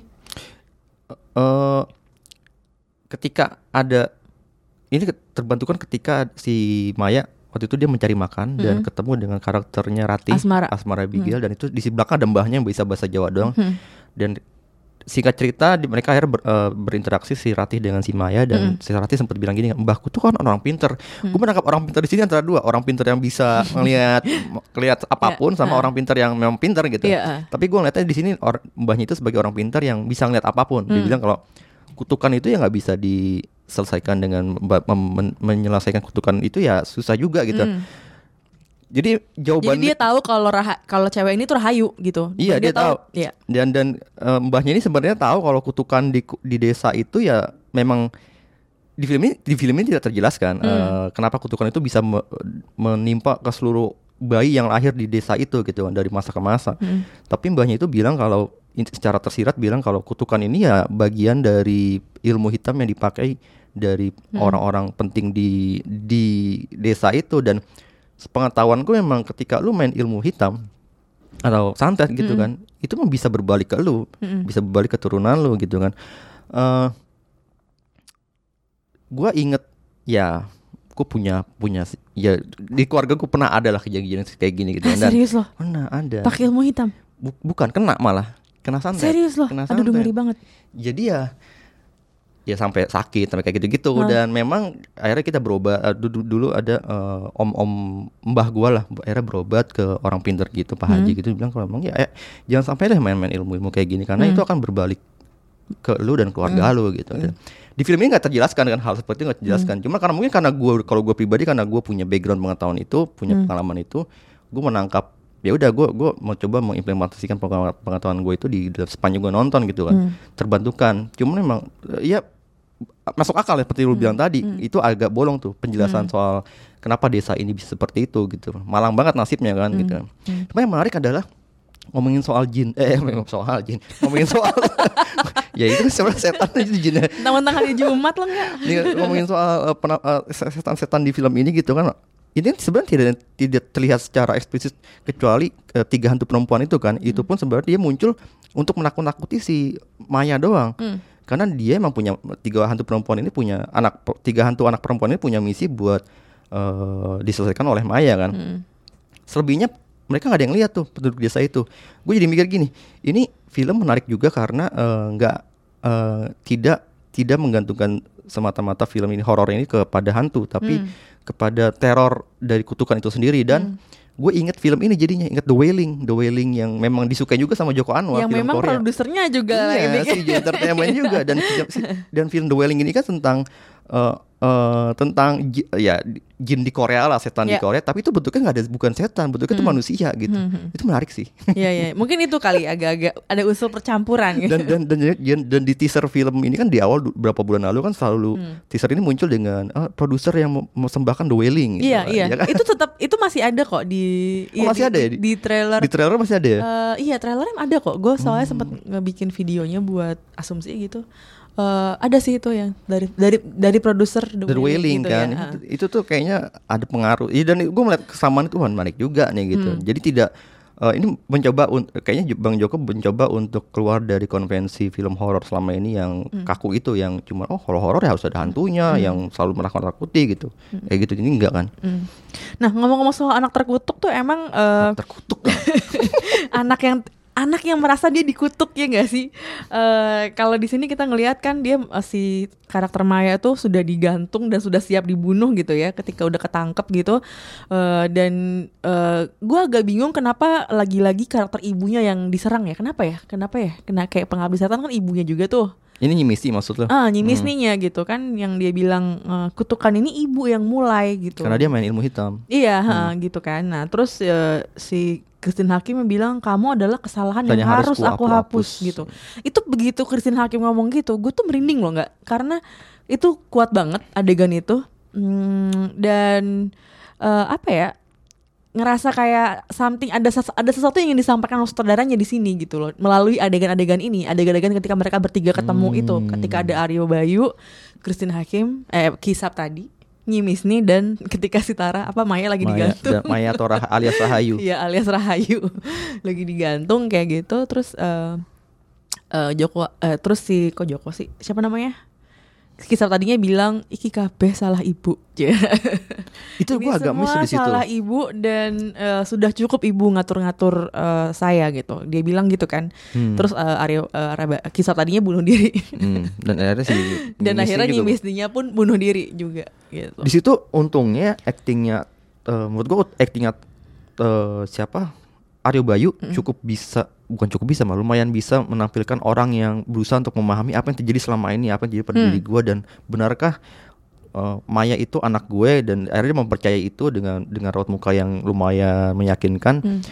Uh, ketika ada, ini terbantukan ketika si Maya waktu itu dia mencari makan mm-hmm. dan ketemu dengan karakternya Ratih Asmara, Asmara Abigail, mm-hmm. dan itu di belakang ada mbahnya yang bisa bahasa Jawa doang. Mm-hmm. Dan singkat cerita di, mereka akhirnya ber, uh, berinteraksi si Ratih dengan si Maya dan mm. si Ratih sempat bilang gini, mbahku tuh kan orang pinter. Mm. Gue menangkap orang pinter di sini antara dua, orang pinter yang bisa ngelihat ngelihat apapun yeah. sama uh. orang pinter yang memang pinter gitu. Yeah, uh. Tapi gue ngeliatnya di sini or, mbahnya itu sebagai orang pinter yang bisa ngelihat apapun. Mm. Dia bilang kalau kutukan itu ya nggak bisa diselesaikan dengan men- menyelesaikan kutukan itu ya susah juga gitu. Mm. Jadi jawaban Jadi dia tahu kalau raha, kalau cewek ini tuh Rahayu gitu. Iya, dia, dia tahu. tahu. Iya. Dan dan um, mbahnya ini sebenarnya tahu kalau kutukan di di desa itu ya memang di film ini di film ini tidak terjelaskan hmm. uh, kenapa kutukan itu bisa me, menimpa ke seluruh bayi yang lahir di desa itu gitu dari masa ke masa. Hmm. Tapi mbahnya itu bilang kalau secara tersirat bilang kalau kutukan ini ya bagian dari ilmu hitam yang dipakai dari hmm. orang-orang penting di di desa itu. Dan sepengetahuanku memang ketika lu main ilmu hitam atau santet gitu mm. kan, itu mah bisa berbalik ke lu, mm. bisa berbalik ke turunan lu gitu kan. Uh, gua inget ya, gua punya punya ya di keluarga gua pernah ada lah kejadian kayak gini gitu. Ah, serius loh? Pernah ada. Pakai ilmu hitam? Bu- bukan kena malah, kena santet. Serius loh? Kena santet. Aduh, ngeri banget. Jadi ya ya sampai sakit sampai kayak gitu-gitu. hmm. Dan memang akhirnya kita berobat. uh, dulu, dulu ada uh, om-om mbah gua lah akhirnya berobat ke orang pinter gitu, Pak Haji hmm. gitu, bilang kalau memang ya eh, jangan sampai deh main-main ilmu-ilmu kayak gini karena hmm. itu akan berbalik ke lu dan keluarga hmm. lu gitu. hmm. Di film ini nggak terjelaskan kan hal seperti itu, nggak terjelaskan. hmm. Cuma karena mungkin karena gua kalau gua pribadi karena gua punya background pengetahuan itu, punya hmm. pengalaman itu, gua menangkap ya udah gue gue mau coba mengimplementasikan pengetahuan gue itu di sepanjang gue nonton gitu kan. hmm. Terbantukan. Cuman memang ya masuk akal ya seperti lu hmm. bilang tadi. hmm. Itu agak bolong tuh penjelasan hmm. soal kenapa desa ini bisa seperti itu gitu. Malang banget nasibnya kan. hmm. gitu. hmm. Cuma yang menarik adalah ngomongin soal jin eh soal jin ngomongin soal ya itu sebenarnya setan itu jinnya. Tentang hari Jumat lo nggak? Ngomongin soal uh, pena, uh, setan-setan di film ini gitu kan. Ini sebenarnya tidak tidak terlihat secara eksplisit kecuali uh, tiga hantu perempuan itu kan. hmm. Itu pun sebenarnya dia muncul untuk menakut-nakuti si Maya doang. hmm. Karena dia emang punya tiga hantu perempuan ini punya anak tiga hantu anak perempuan ini punya misi buat uh, diselesaikan oleh Maya kan. hmm. Selebihnya mereka nggak ada yang lihat tuh penduduk desa itu. Gue jadi mikir gini, ini film menarik juga karena nggak uh, uh, tidak tidak menggantungkan semata-mata film ini horor ini kepada hantu, tapi hmm. kepada teror dari kutukan itu sendiri. Dan hmm. gue inget film ini jadinya inget The Wailing, The Wailing yang memang disukai juga sama Joko Anwar, yang film memang Korea. Produsernya juga iya, ini si J Entertainment juga. Dan dan film The Wailing ini kan tentang uh, uh, tentang ya jin di Korea lah, setan yeah. di Korea, tapi itu bentuknya nggak ada, bukan setan, bentuknya itu hmm. manusia gitu. hmm. Itu menarik sih. Iya ya, mungkin itu kali agak-agak ada unsur percampuran gitu. Dan dan dan, dan dan di teaser film ini kan di awal beberapa bulan lalu kan selalu hmm. teaser ini muncul dengan oh, produser yang mempersembahkan The Wailing gitu. Iya iya. Ya kan? Itu tetap itu masih ada kok di oh, iya, masih di, ada ya di, di trailer. Di trailer masih ada ya? Uh, iya, trailernya ada kok. Gue soalnya hmm. sempat ngebikin videonya buat asumsi gitu. Uh, ada sih itu yang dari dari dari produser The, The Wailing gitu kan ya. itu, itu tuh kayaknya ada pengaruh ya, dan gue melihat kesamaan itu menarik juga nih gitu. hmm. Jadi tidak Uh, ini mencoba un- kayaknya Bang Joko mencoba untuk keluar dari konvensi film horor selama ini yang hmm. kaku itu, yang cuma oh horor-horor ya harus ada hantunya, hmm. yang selalu menakut-nakuti gitu. Hmm. Kayak gitu, ini enggak kan. Hmm. Nah, ngomong-ngomong soal anak terkutuk tuh emang uh, anak terkutuk anak yang anak yang merasa dia dikutuk, ya nggak sih? Uh, kalau di sini kita ngelihat kan dia uh, si karakter Maya tuh sudah digantung dan sudah siap dibunuh gitu ya ketika udah ketangkep gitu. Uh, dan uh, gue agak bingung kenapa lagi-lagi karakter ibunya yang diserang ya? Kenapa ya? Kenapa ya? Kena kayak pengabdi setan kan ibunya juga tuh. Ini Nyimisi maksud lo? Ah, Nyimisninya hmm. gitu kan, yang dia bilang uh, kutukan ini ibu yang mulai gitu. Karena dia main ilmu hitam. Iya, hmm. ha, gitu kan. Nah, terus uh, si Christine Hakim bilang kamu adalah kesalahan yang, yang harus, harus aku, aku hapus, hapus gitu. Itu begitu Christine Hakim ngomong gitu, gue tuh merinding loh, nggak? Karena itu kuat banget adegan itu, hmm, dan uh, apa ya? Ngerasa kayak something ada ses- ada sesuatu yang ingin disampaikan oleh sutradaranya di sini gitu loh, melalui adegan-adegan ini, adegan-adegan ketika mereka bertiga ketemu hmm. itu, ketika ada Aryo Bayu, Christine Hakim, eh Kisap tadi, Nyimisni, dan ketika si Tara apa Maya lagi Maya, digantung, da, Maya atau Rah, alias Rahayu, iya alias Rahayu lagi digantung kayak gitu, terus uh, uh, Joko, uh, terus si kok Joko sih siapa namanya? Kisah tadinya bilang iki kabeh salah ibu. Itu gue agak miss di situ. Salah ibu dan uh, sudah cukup ibu ngatur-ngatur uh, saya gitu. Dia bilang gitu kan. Hmm. Terus uh, Aryo uh, Kisah tadinya bunuh diri. hmm. Dan akhirnya si dan akhirnya Nyimisninya pun bunuh diri juga gitu. Di situ untungnya actingnya uh, menurut gue actingnya uh, siapa? Aryo Bayu hmm. cukup bisa, bukan cukup bisa, malah lumayan bisa menampilkan orang yang berusaha untuk memahami apa yang terjadi selama ini, apa yang terjadi pada hmm. diri gue, dan benarkah uh, Maya itu anak gue, dan akhirnya mempercayai itu dengan dengan raut muka yang lumayan meyakinkan. Hmm.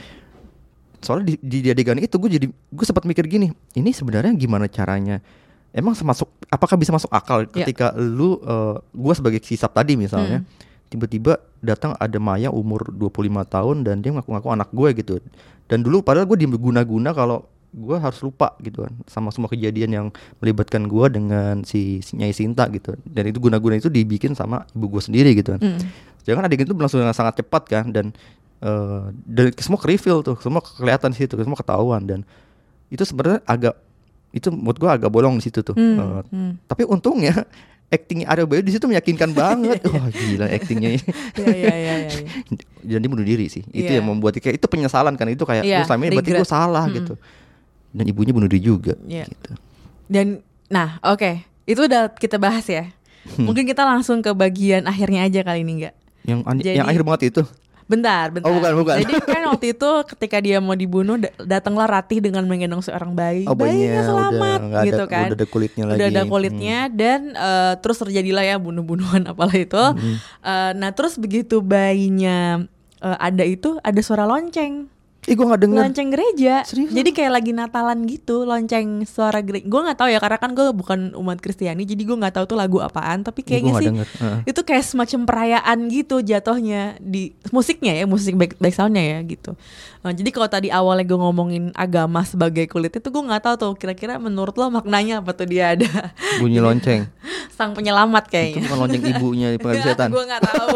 Soalnya di, di adegan itu gue jadi gue sempat mikir gini, ini sebenarnya gimana caranya? Emang masuk, apakah bisa masuk akal ketika yeah. lu, uh, gue sebagai Kisap tadi misalnya. Hmm. Tiba-tiba datang ada Maya umur dua puluh lima tahun dan dia ngaku-ngaku anak gue gitu. Dan dulu padahal gue diguna-guna kalau gue harus lupa gitu kan sama semua kejadian yang melibatkan gue dengan si, si Nyai Sinta gitu. Dan itu guna-guna itu dibikin sama ibu gue sendiri gitu kan. Mm. Jangan adegan itu berlangsung dengan sangat cepat kan, dan uh, dan semua ke-reveal tuh, semua kelihatan di situ, semua ketahuan, dan itu sebenarnya agak, itu menurut gue agak bolong di situ tuh. Mm. Uh, mm. Tapi untungnya actingnya Aryo Bayu di situ meyakinkan banget. Wah, oh, gila actingnya ini. Iya iya iya iya. Dan dia bunuh diri sih. Itu yeah. yang membuat kayak itu penyesalan kan, itu kayak yeah, selama ini berarti gue salah hmm. gitu. Dan ibunya bunuh diri juga yeah. gitu. Dan nah, oke. Okay. Itu udah kita bahas ya. Hmm. Mungkin kita langsung ke bagian akhirnya aja kali ini enggak? Yang an- yang akhir banget itu. Bentar, bentar. Oh, bukan, bukan. Jadi kan waktu itu ketika dia mau dibunuh, datanglah Ratih dengan menggendong seorang bayi. Oh, bayinya selamat udah, gitu ada, kan. Udah ada kulitnya lagi. Udah ada kulitnya hmm. dan uh, terus terjadilah ya bunuh-bunuhan apalah itu. Hmm. Uh, nah terus begitu bayinya uh, ada itu, ada suara lonceng. Ih, gue nggak dengar. Lonceng gereja. Serius? Jadi kayak lagi Natalan gitu, lonceng suara gereja. Gue nggak tahu ya, karena kan gue bukan umat Kristiani, jadi gue nggak tahu tuh lagu apaan. Tapi kayaknya sih uh. itu kayak semacam perayaan gitu jatuhnya di musiknya ya, musik back, back soundnya ya gitu. Nah, jadi kalau tadi awalnya gue ngomongin agama sebagai kulit itu, gue nggak tahu tuh kira-kira menurut lo maknanya apa tuh dia ada bunyi lonceng. Sang penyelamat kayaknya. Itu bukan lonceng ibunya di pengabdi setan. Gue nggak tahu.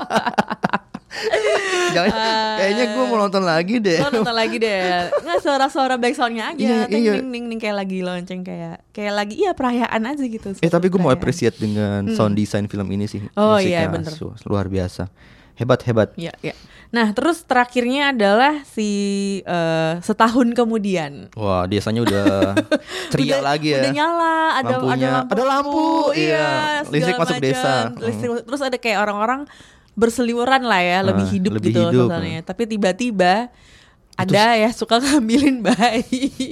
Jangan, uh, kayaknya gue mau nonton lagi deh. Lo nonton lagi deh. Nggak, suara-suara back soundnya aja. Iya, ting, iya. ting, ting, ting, kayak lagi lonceng, kayak kayak lagi iya perayaan aja gitu. Eh tapi gue mau appreciate dengan hmm. sound design film ini sih. Oh musiknya iya bener. Su- luar biasa. Hebat hebat. Iya iya. Nah terus terakhirnya adalah si uh, setahun kemudian. Wah biasanya udah ceria udah, lagi ya. Udah nyala, ada lampunya, ada lampu, ada lampu, iya. Listrik masuk macam. Desa. Listrik, hmm. Terus ada kayak orang-orang berseliweran lah ya, lebih nah, hidup lebih gitu hidup, suasananya. Tapi tiba-tiba ada Terus, ya suka ngambilin bayi.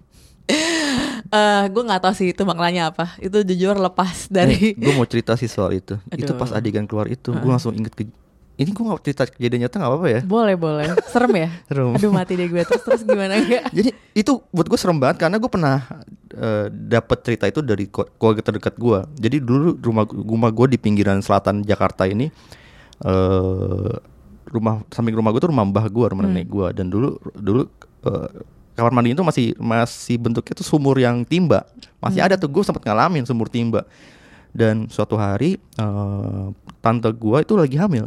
uh, gue nggak tahu sih itu maknanya apa. Itu jujur lepas dari. Gue mau cerita sih soal itu. Aduh. Itu pas adegan keluar itu, uh. gue langsung inget ke. Ini gue nggak cerita kejadian nyata nggak apa-apa ya? Boleh boleh. Serem ya? Serem. Aduh mati deh gue. Terus terus gimana ya? Jadi itu buat gue serem banget karena gue pernah uh, dapat cerita itu dari keluarga terdekat gue. Jadi dulu rumah rumah gue di pinggiran selatan Jakarta ini. Uh, rumah samping rumah gue tuh rumah mbah gue, rumah hmm. nenek gue, dan dulu dulu uh, kamar mandi itu masih masih bentuknya tuh sumur yang timba, masih hmm. ada tuh, gue sempat ngalamin sumur timba. Dan suatu hari uh, tante gue itu lagi hamil,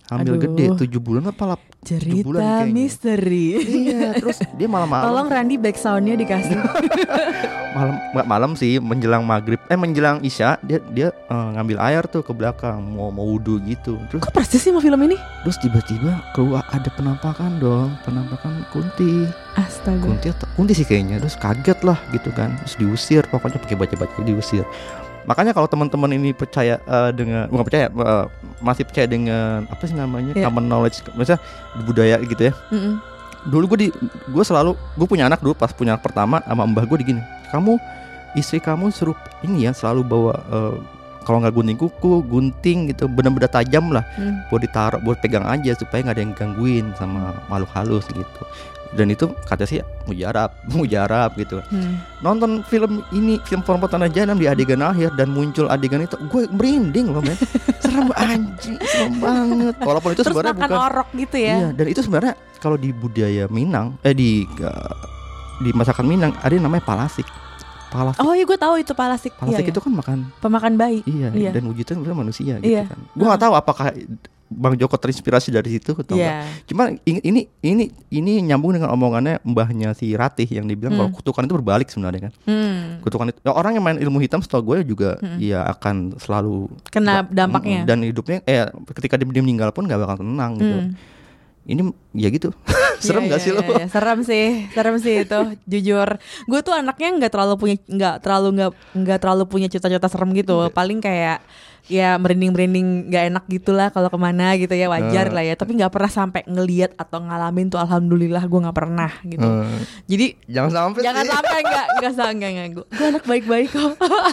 hamil Aduh. gede tujuh bulan apa lah? tujuh bulan Cerita kayaknya. misteri. Iya, terus dia malam-malam. Tolong Randy back soundnya dikasih. malam nggak malam sih menjelang maghrib eh menjelang isya dia dia uh, ngambil air tuh ke belakang mau mau wudhu gitu. Terus Kok persis sih sama film ini? terus tiba-tiba keluar ada penampakan dong, penampakan Kunti. Astaga. Kunti atau Kunti sih kayaknya. Terus kaget lah gitu kan. Terus diusir, pokoknya pakai baca-baca diusir. Makanya kalau teman-teman ini percaya uh, dengan bukan percaya uh, masih percaya dengan apa sih namanya Yeah. common knowledge, misalnya di budaya gitu ya. Mm-mm. Dulu gue di gue selalu gue punya anak dulu pas punya anak pertama sama mbah gue digini, kamu istri kamu suruh ini ya selalu bawa uh, kalau nggak gunting kuku gunting gitu benar-benar tajam lah Hmm. buat ditaruh buat pegang aja supaya nggak ada yang gangguin sama makhluk halus gitu. Dan itu kata sih mujarab mujarab gitu. Hmm. Nonton film ini film Perempuan Tanah Jahanam di adegan akhir dan muncul adegan itu gue merinding loh men. Serem anjing, serem banget. Walaupun itu Terus sebenarnya makan bukan orok gitu ya. iya, dan itu sebenarnya kalau di budaya Minang eh di uh, di masakan Minang ada yang namanya palasik. Palasik, Oh iya gue tahu itu palasik. palasik Iya, itu kan makan pemakan bayi. iya, Iya. dan wujudnya sebenarnya manusia gitu Iya. kan. Gue nggak tahu apakah Bang Joko terinspirasi dari situ atau enggak. Iya. Cuma ini ini ini ini nyambung dengan omongannya mbahnya si Ratih yang dibilang Hmm. kalau kutukan itu berbalik sebenarnya kan. Hmm. Kutukan itu ya, orang yang main ilmu hitam setahu gue juga Hmm. ya akan selalu Kena ba- dampaknya. mm, dan hidupnya eh ketika dia dia meninggal pun gak bakal tenang gitu. Hmm. Ini ya gitu. Serem Iya, gak sih iya, lo? iya. Serem sih, serem sih itu. Jujur, gue tuh anaknya nggak terlalu punya, nggak terlalu nggak nggak terlalu punya cita-cita serem gitu. Paling kayak ya merinding-merinding nggak enak gitulah kalau kemana gitu ya wajar Uh. lah ya. Tapi nggak pernah sampai ngelihat atau ngalamin tuh alhamdulillah gue nggak pernah gitu. Eh, Jadi jangan sampai jangan sih. sampai nggak nggak nggak nggak gue gue anak baik-baik kok.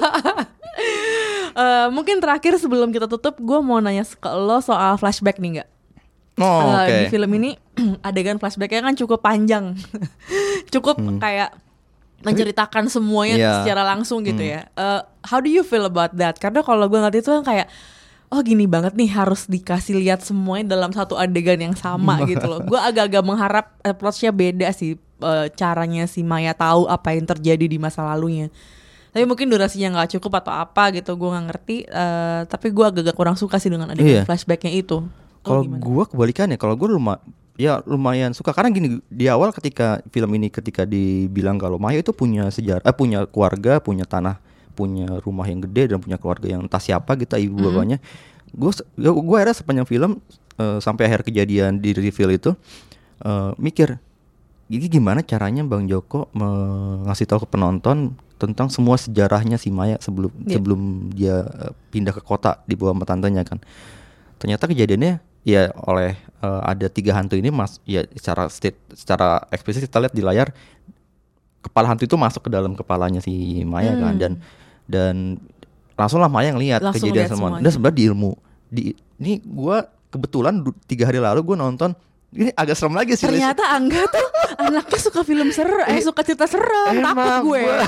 Eh, mungkin terakhir sebelum kita tutup, gue mau nanya ke lo soal flashback nih nggak? Oh, Uh, oke. Di film ini adegan flashbacknya kan cukup panjang, cukup kayak menceritakan semuanya Iya. secara langsung gitu ya. Uh, how do you feel about that? Karena kalau gue ngeliat itu kan kayak, oh gini banget nih harus dikasih lihat semuanya dalam satu adegan yang sama gitu loh. Gue agak-agak mengharap approach-nya beda sih, uh, caranya si Maya tahu apa yang terjadi di masa lalunya. Tapi mungkin durasinya nggak cukup atau apa gitu, gue nggak ngerti. Uh, tapi gue agak-agak kurang suka sih dengan adegan Iya. flashbacknya itu. Kalau Lo gimana? gue kebalikannya, kalau gue lumah ya lumayan suka karena gini di awal ketika film ini ketika dibilang kalau Maya itu punya sejarah, eh, punya keluarga, punya tanah, punya rumah yang gede dan punya keluarga yang entah siapa gitu ibu Mm-hmm. bapaknya. Gue gue akhirnya sepanjang film eh, sampai akhir kejadian di reveal itu eh, mikir ini gimana caranya Bang Joko me- ngasih tahu ke penonton tentang semua sejarahnya si Maya sebelum Iya. sebelum dia eh, pindah ke kota di bawah sama tantenya kan. Ternyata kejadiannya ya oleh uh, ada tiga hantu ini mas ya secara state, secara eksplisit kita lihat di layar kepala hantu itu masuk ke dalam kepalanya si Maya Hmm. kan dan dan langsunglah Maya ngelihat Langsung kejadian lihat semua. semuanya. Dan sebenarnya di ilmu di ini gua kebetulan du- tiga hari lalu gua nonton ini agak serem lagi sih. Liz. Ternyata Angga tuh anaknya suka film serem, eh suka cerita serem, Emang takut gue. gua-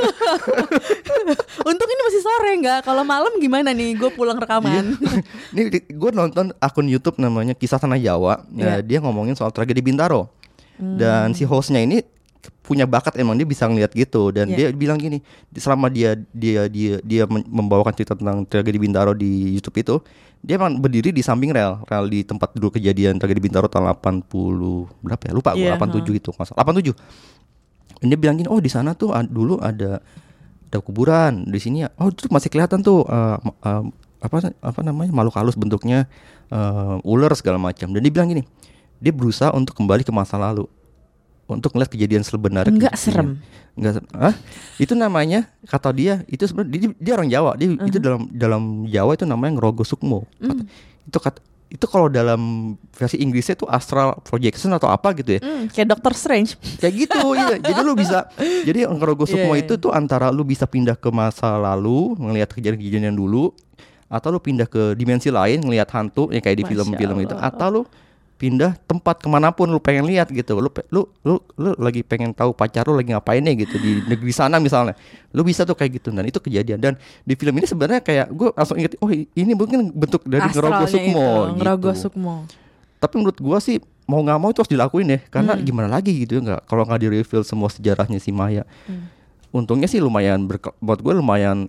Untung ini masih sore nggak? Kalau malam gimana nih? Gue pulang rekaman. Ini gue nonton akun YouTube namanya Kisah Tanah Jawa. Nah, Iya. dia ngomongin soal tragedi Bintaro. Dan si hostnya ini punya bakat emang dia bisa ngeliat gitu dan Iya. dia bilang gini, selama dia dia dia dia men- membawakan cerita tentang tragedi Bintaro di YouTube itu, dia emang berdiri di samping rel, rel di tempat dulu kejadian tragedi Bintaro tahun delapan puluh berapa ya? Lupa gue, Iya, delapan puluh tujuh itu, nggak salah. delapan puluh tujuh. Dan dia bilang gini, "Oh, di sana tuh a- dulu ada ada kuburan di sini ya. Oh, itu masih kelihatan tuh uh, uh, apa apa namanya makhluk halus bentuknya uh, ular segala macam." Dan dia bilang gini, dia berusaha untuk kembali ke masa lalu untuk ngeliat kejadian sebenarnya. Enggak kejadian. serem. Enggak serem. Hah? Itu namanya kata dia itu sebenarnya dia, dia orang Jawa. Dia itu dalam dalam Jawa itu namanya ngerogo sukmo. Kata- Itu kata itu kalau dalam versi Inggrisnya itu astral projection atau apa gitu ya. Hmm, kayak Doctor Strange. Kayak gitu ya. Jadi lu bisa jadi ngerogo sukmo Iya, iya. itu tuh antara lu bisa pindah ke masa lalu, ngelihat kejadian-kejadian yang dulu, atau lu pindah ke dimensi lain ngelihat hantu ya kayak di Masya film-film itu, Allah. atau lu pindah tempat kemanapun lu pengen lihat gitu. Lu pe- lu lu lu lagi pengen tahu pacar lu lagi ngapain nih gitu di negeri sana misalnya. Lu bisa tuh kayak gitu dan itu kejadian. Dan di film ini sebenarnya kayak gue langsung inget, oh ini mungkin bentuk dari ngerogo Astralnya sukmo itu, gitu. ngerogo sukmo. Tapi menurut gua sih mau nggak mau itu harus dilakuin ya, karena Hmm. gimana lagi gitu ya, nggak kalau nggak di reveal semua sejarahnya si Maya. Hmm. Untungnya sih lumayan berke- buat gue lumayan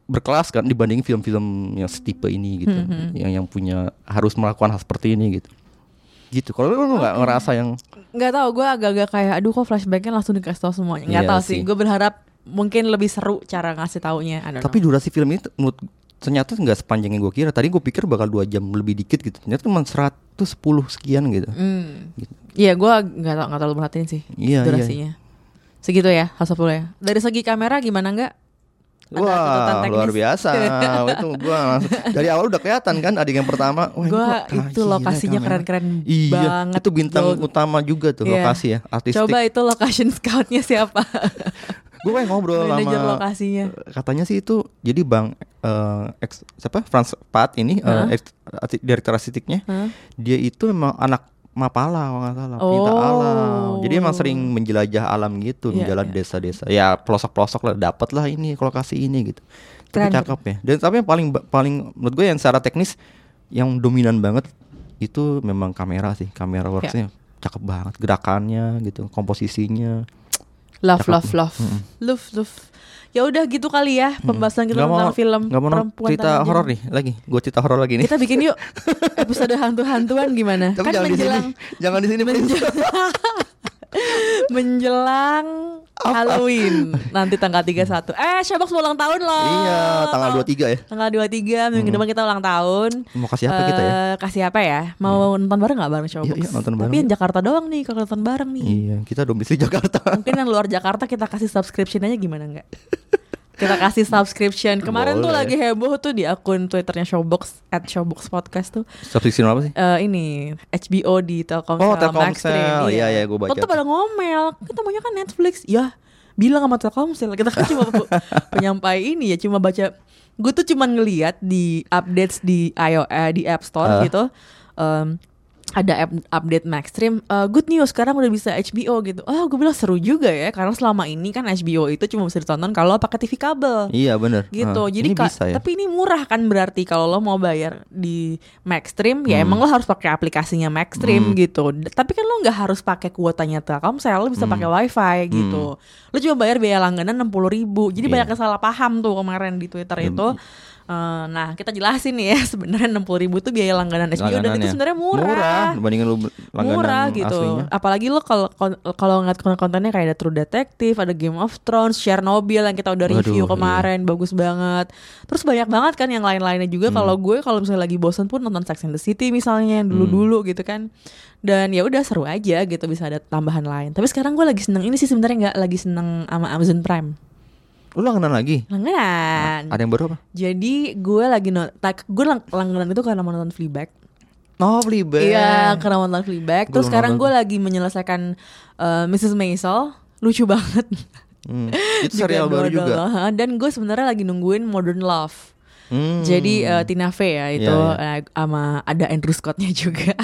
berkelas kan dibanding film-film yang setipe ini gitu, mm-hmm. yang yang punya harus melakukan hal seperti ini gitu. Gitu. Kalau lu nggak okay. ngerasa yang nggak tahu, gue agak-agak kayak aduh kok flashbacknya langsung dikasih tahu semuanya. Nggak iya tahu sih. Gue berharap mungkin lebih seru cara ngasih taunya. Tapi know. durasi film ini menurut ternyata nggak sepanjang yang gue kira. Tadi gue pikir bakal dua jam lebih dikit gitu. Ternyata cuma seratus sepuluh sekian gitu. Mm. gitu. Iya, gue nggak nggak terlalu perhatiin sih iya, durasinya. Iya. Segitu ya, seratus sepuluh ya. Dari segi kamera gimana nggak? Wah, luar biasa. Itu gua langsung dari awal udah kelihatan kan adegan pertama. Wah, gua itu lokasinya keren-keren iya, banget. Itu bintang Jauh. utama juga tuh yeah. lokasi ya, artistik. Coba itu location scoutnya siapa? Gue pengen ngobrol manajer sama lokasinya. Katanya sih itu jadi Bang uh, ex, siapa Franz Pat ini huh? uh, ex, direktur arsiteknya. Huh? Dia itu memang anak Mapala kalau nggak salah, pencinta oh. alam. Jadi emang sering menjelajah alam gitu, yeah, menjalan yeah. desa-desa. Ya pelosok-pelosok lah, dapat lah ini lokasi ini gitu. Tapi cakep ya. Dan tapi yang paling paling menurut gue yang secara teknis yang dominan banget itu memang kamera sih, kamera worksnya yeah. cakep banget, gerakannya gitu, komposisinya. Love, love, love, mm-hmm. love, love. Ya udah gitu kali ya pembahasan kita tentang film gak mau perempuan cerita horor nih lagi. Gue cerita horor lagi nih. Kita bikin yuk episode hantu-hantuan gimana? Tapi kan jangan menjelang di sini. Jangan di sini menjelang, menjelang Halloween nanti tanggal tiga puluh satu. Eh, Showbox mau ulang tahun loh. Iya, tanggal dua puluh tiga ya. Tanggal dua puluh tiga minggu hmm. depan kita ulang tahun. Mau kasih apa uh, kita ya? Kasih apa ya? Mau hmm. nonton bareng enggak bareng Showbox? Iya, iya, nonton bareng. Tapi yang Jakarta doang nih kalau nonton bareng nih. Iya, kita domisili Jakarta. Mungkin yang luar Jakarta kita kasih subscription aja gimana enggak? Kita kasih subscription. Kemarin Boleh. tuh lagi heboh tuh di akun Twitternya Showbox at Showbox Podcast tuh. Subscription apa sih? Uh, ini H B O di Telkomsel. Oh, Telkomsel. Iya, iya, gue baca. Kok tuh pada ngomel. Kita maunya kan Netflix. Ya, bilang sama Telkomsel. Kita kan cuma penyampai ini ya, cuma baca. Gue tuh cuma ngelihat di updates di iOS eh, di App Store uh. gitu. Um, ada update Maxstream, uh, good news sekarang udah bisa H B O gitu. Oh, gue bilang seru juga ya, karena selama ini kan H B O itu cuma bisa ditonton kalau pakai T V kabel. Iya benar. Gitu. Uh, Jadi ini ka- bisa, ya? Tapi ini murah kan berarti kalau lo mau bayar di Maxstream, ya hmm. emang lo harus pakai aplikasinya Maxstream hmm. gitu. Tapi kan lo nggak harus pakai kuotanya Telkomsel, lo bisa hmm. pakai WiFi gitu. Hmm. Lo cuma bayar biaya langganan enam puluh ribu. Jadi yeah. banyak yang salah paham tuh kemarin di Twitter hmm. itu. Uh, nah kita jelasin nih ya sebenarnya enam puluh ribu itu biaya langganan H B O dan itu sebenarnya murah. Murah dibandingin lu langganan murah gitu. Aslinya. Apalagi lo kalau kalau ngeliat konten-kontennya kayak ada True Detective, ada Game of Thrones, Chernobyl yang kita udah review Aduh, kemarin iya. bagus banget. Terus banyak banget kan yang lain-lainnya juga. Hmm. Kalau gue kalau misalnya lagi bosan pun nonton Sex and the City misalnya yang dulu-dulu hmm. gitu kan. Dan ya udah seru aja gitu, bisa ada tambahan lain. Tapi sekarang gue lagi seneng ini sih sebenarnya nggak lagi seneng sama Amazon Prime. Lu langganan lagi? Langganan. Nah, ada yang baru apa? Jadi gue lagi nonton, gue lang- langganan itu karena mau nonton Fleabag. Oh Fleabag. Iya karena mau nonton Fleabag. Terus sekarang gue lagi menyelesaikan uh, missus Maisel. Lucu banget. Hmm, itu serial baru juga. Dan gue sebenarnya lagi nungguin Modern Love. Hmm. Jadi uh, Tina Fey ya itu yeah, yeah. Uh, sama ada Andrew Scottnya juga.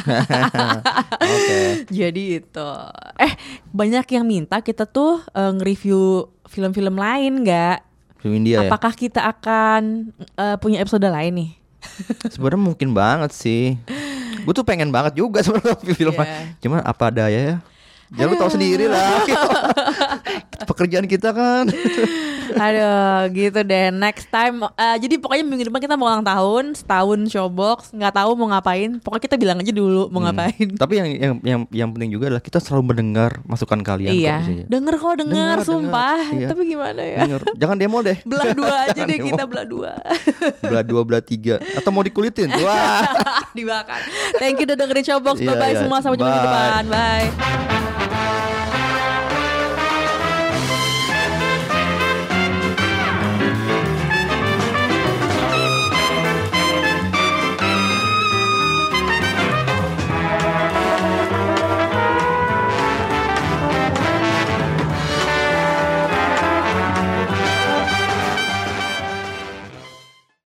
Okay. Jadi itu eh banyak yang minta kita tuh uh, nge-review film-film lain nggak? Film India. Apakah ya? kita akan uh, punya episode lain nih? Sebenarnya mungkin banget sih. Gue tuh pengen banget juga sebenarnya film. Yeah. Cuman apa daya ya? Ya lu tahu sendiri lah. Pekerjaan kita kan. Aduh gitu deh. Next time uh, jadi pokoknya minggu depan kita mau ulang tahun, setahun Showbox, nggak tahu mau ngapain. Pokoknya kita bilang aja dulu mau hmm. ngapain. Tapi yang yang yang yang penting juga adalah kita selalu mendengar masukan kalian. Iya. Kok, denger kok dengar, sumpah. Iya. Tapi gimana ya? Denger. Jangan demo deh. Belah dua aja deh kita belah dua. Belah dua, belah tiga. Atau mau dikulitin? Wah. Dibakar. Thank you udah dengerin Showbox. Bye bye yeah, yeah. semua, sampai jumpa minggu depan. Bye.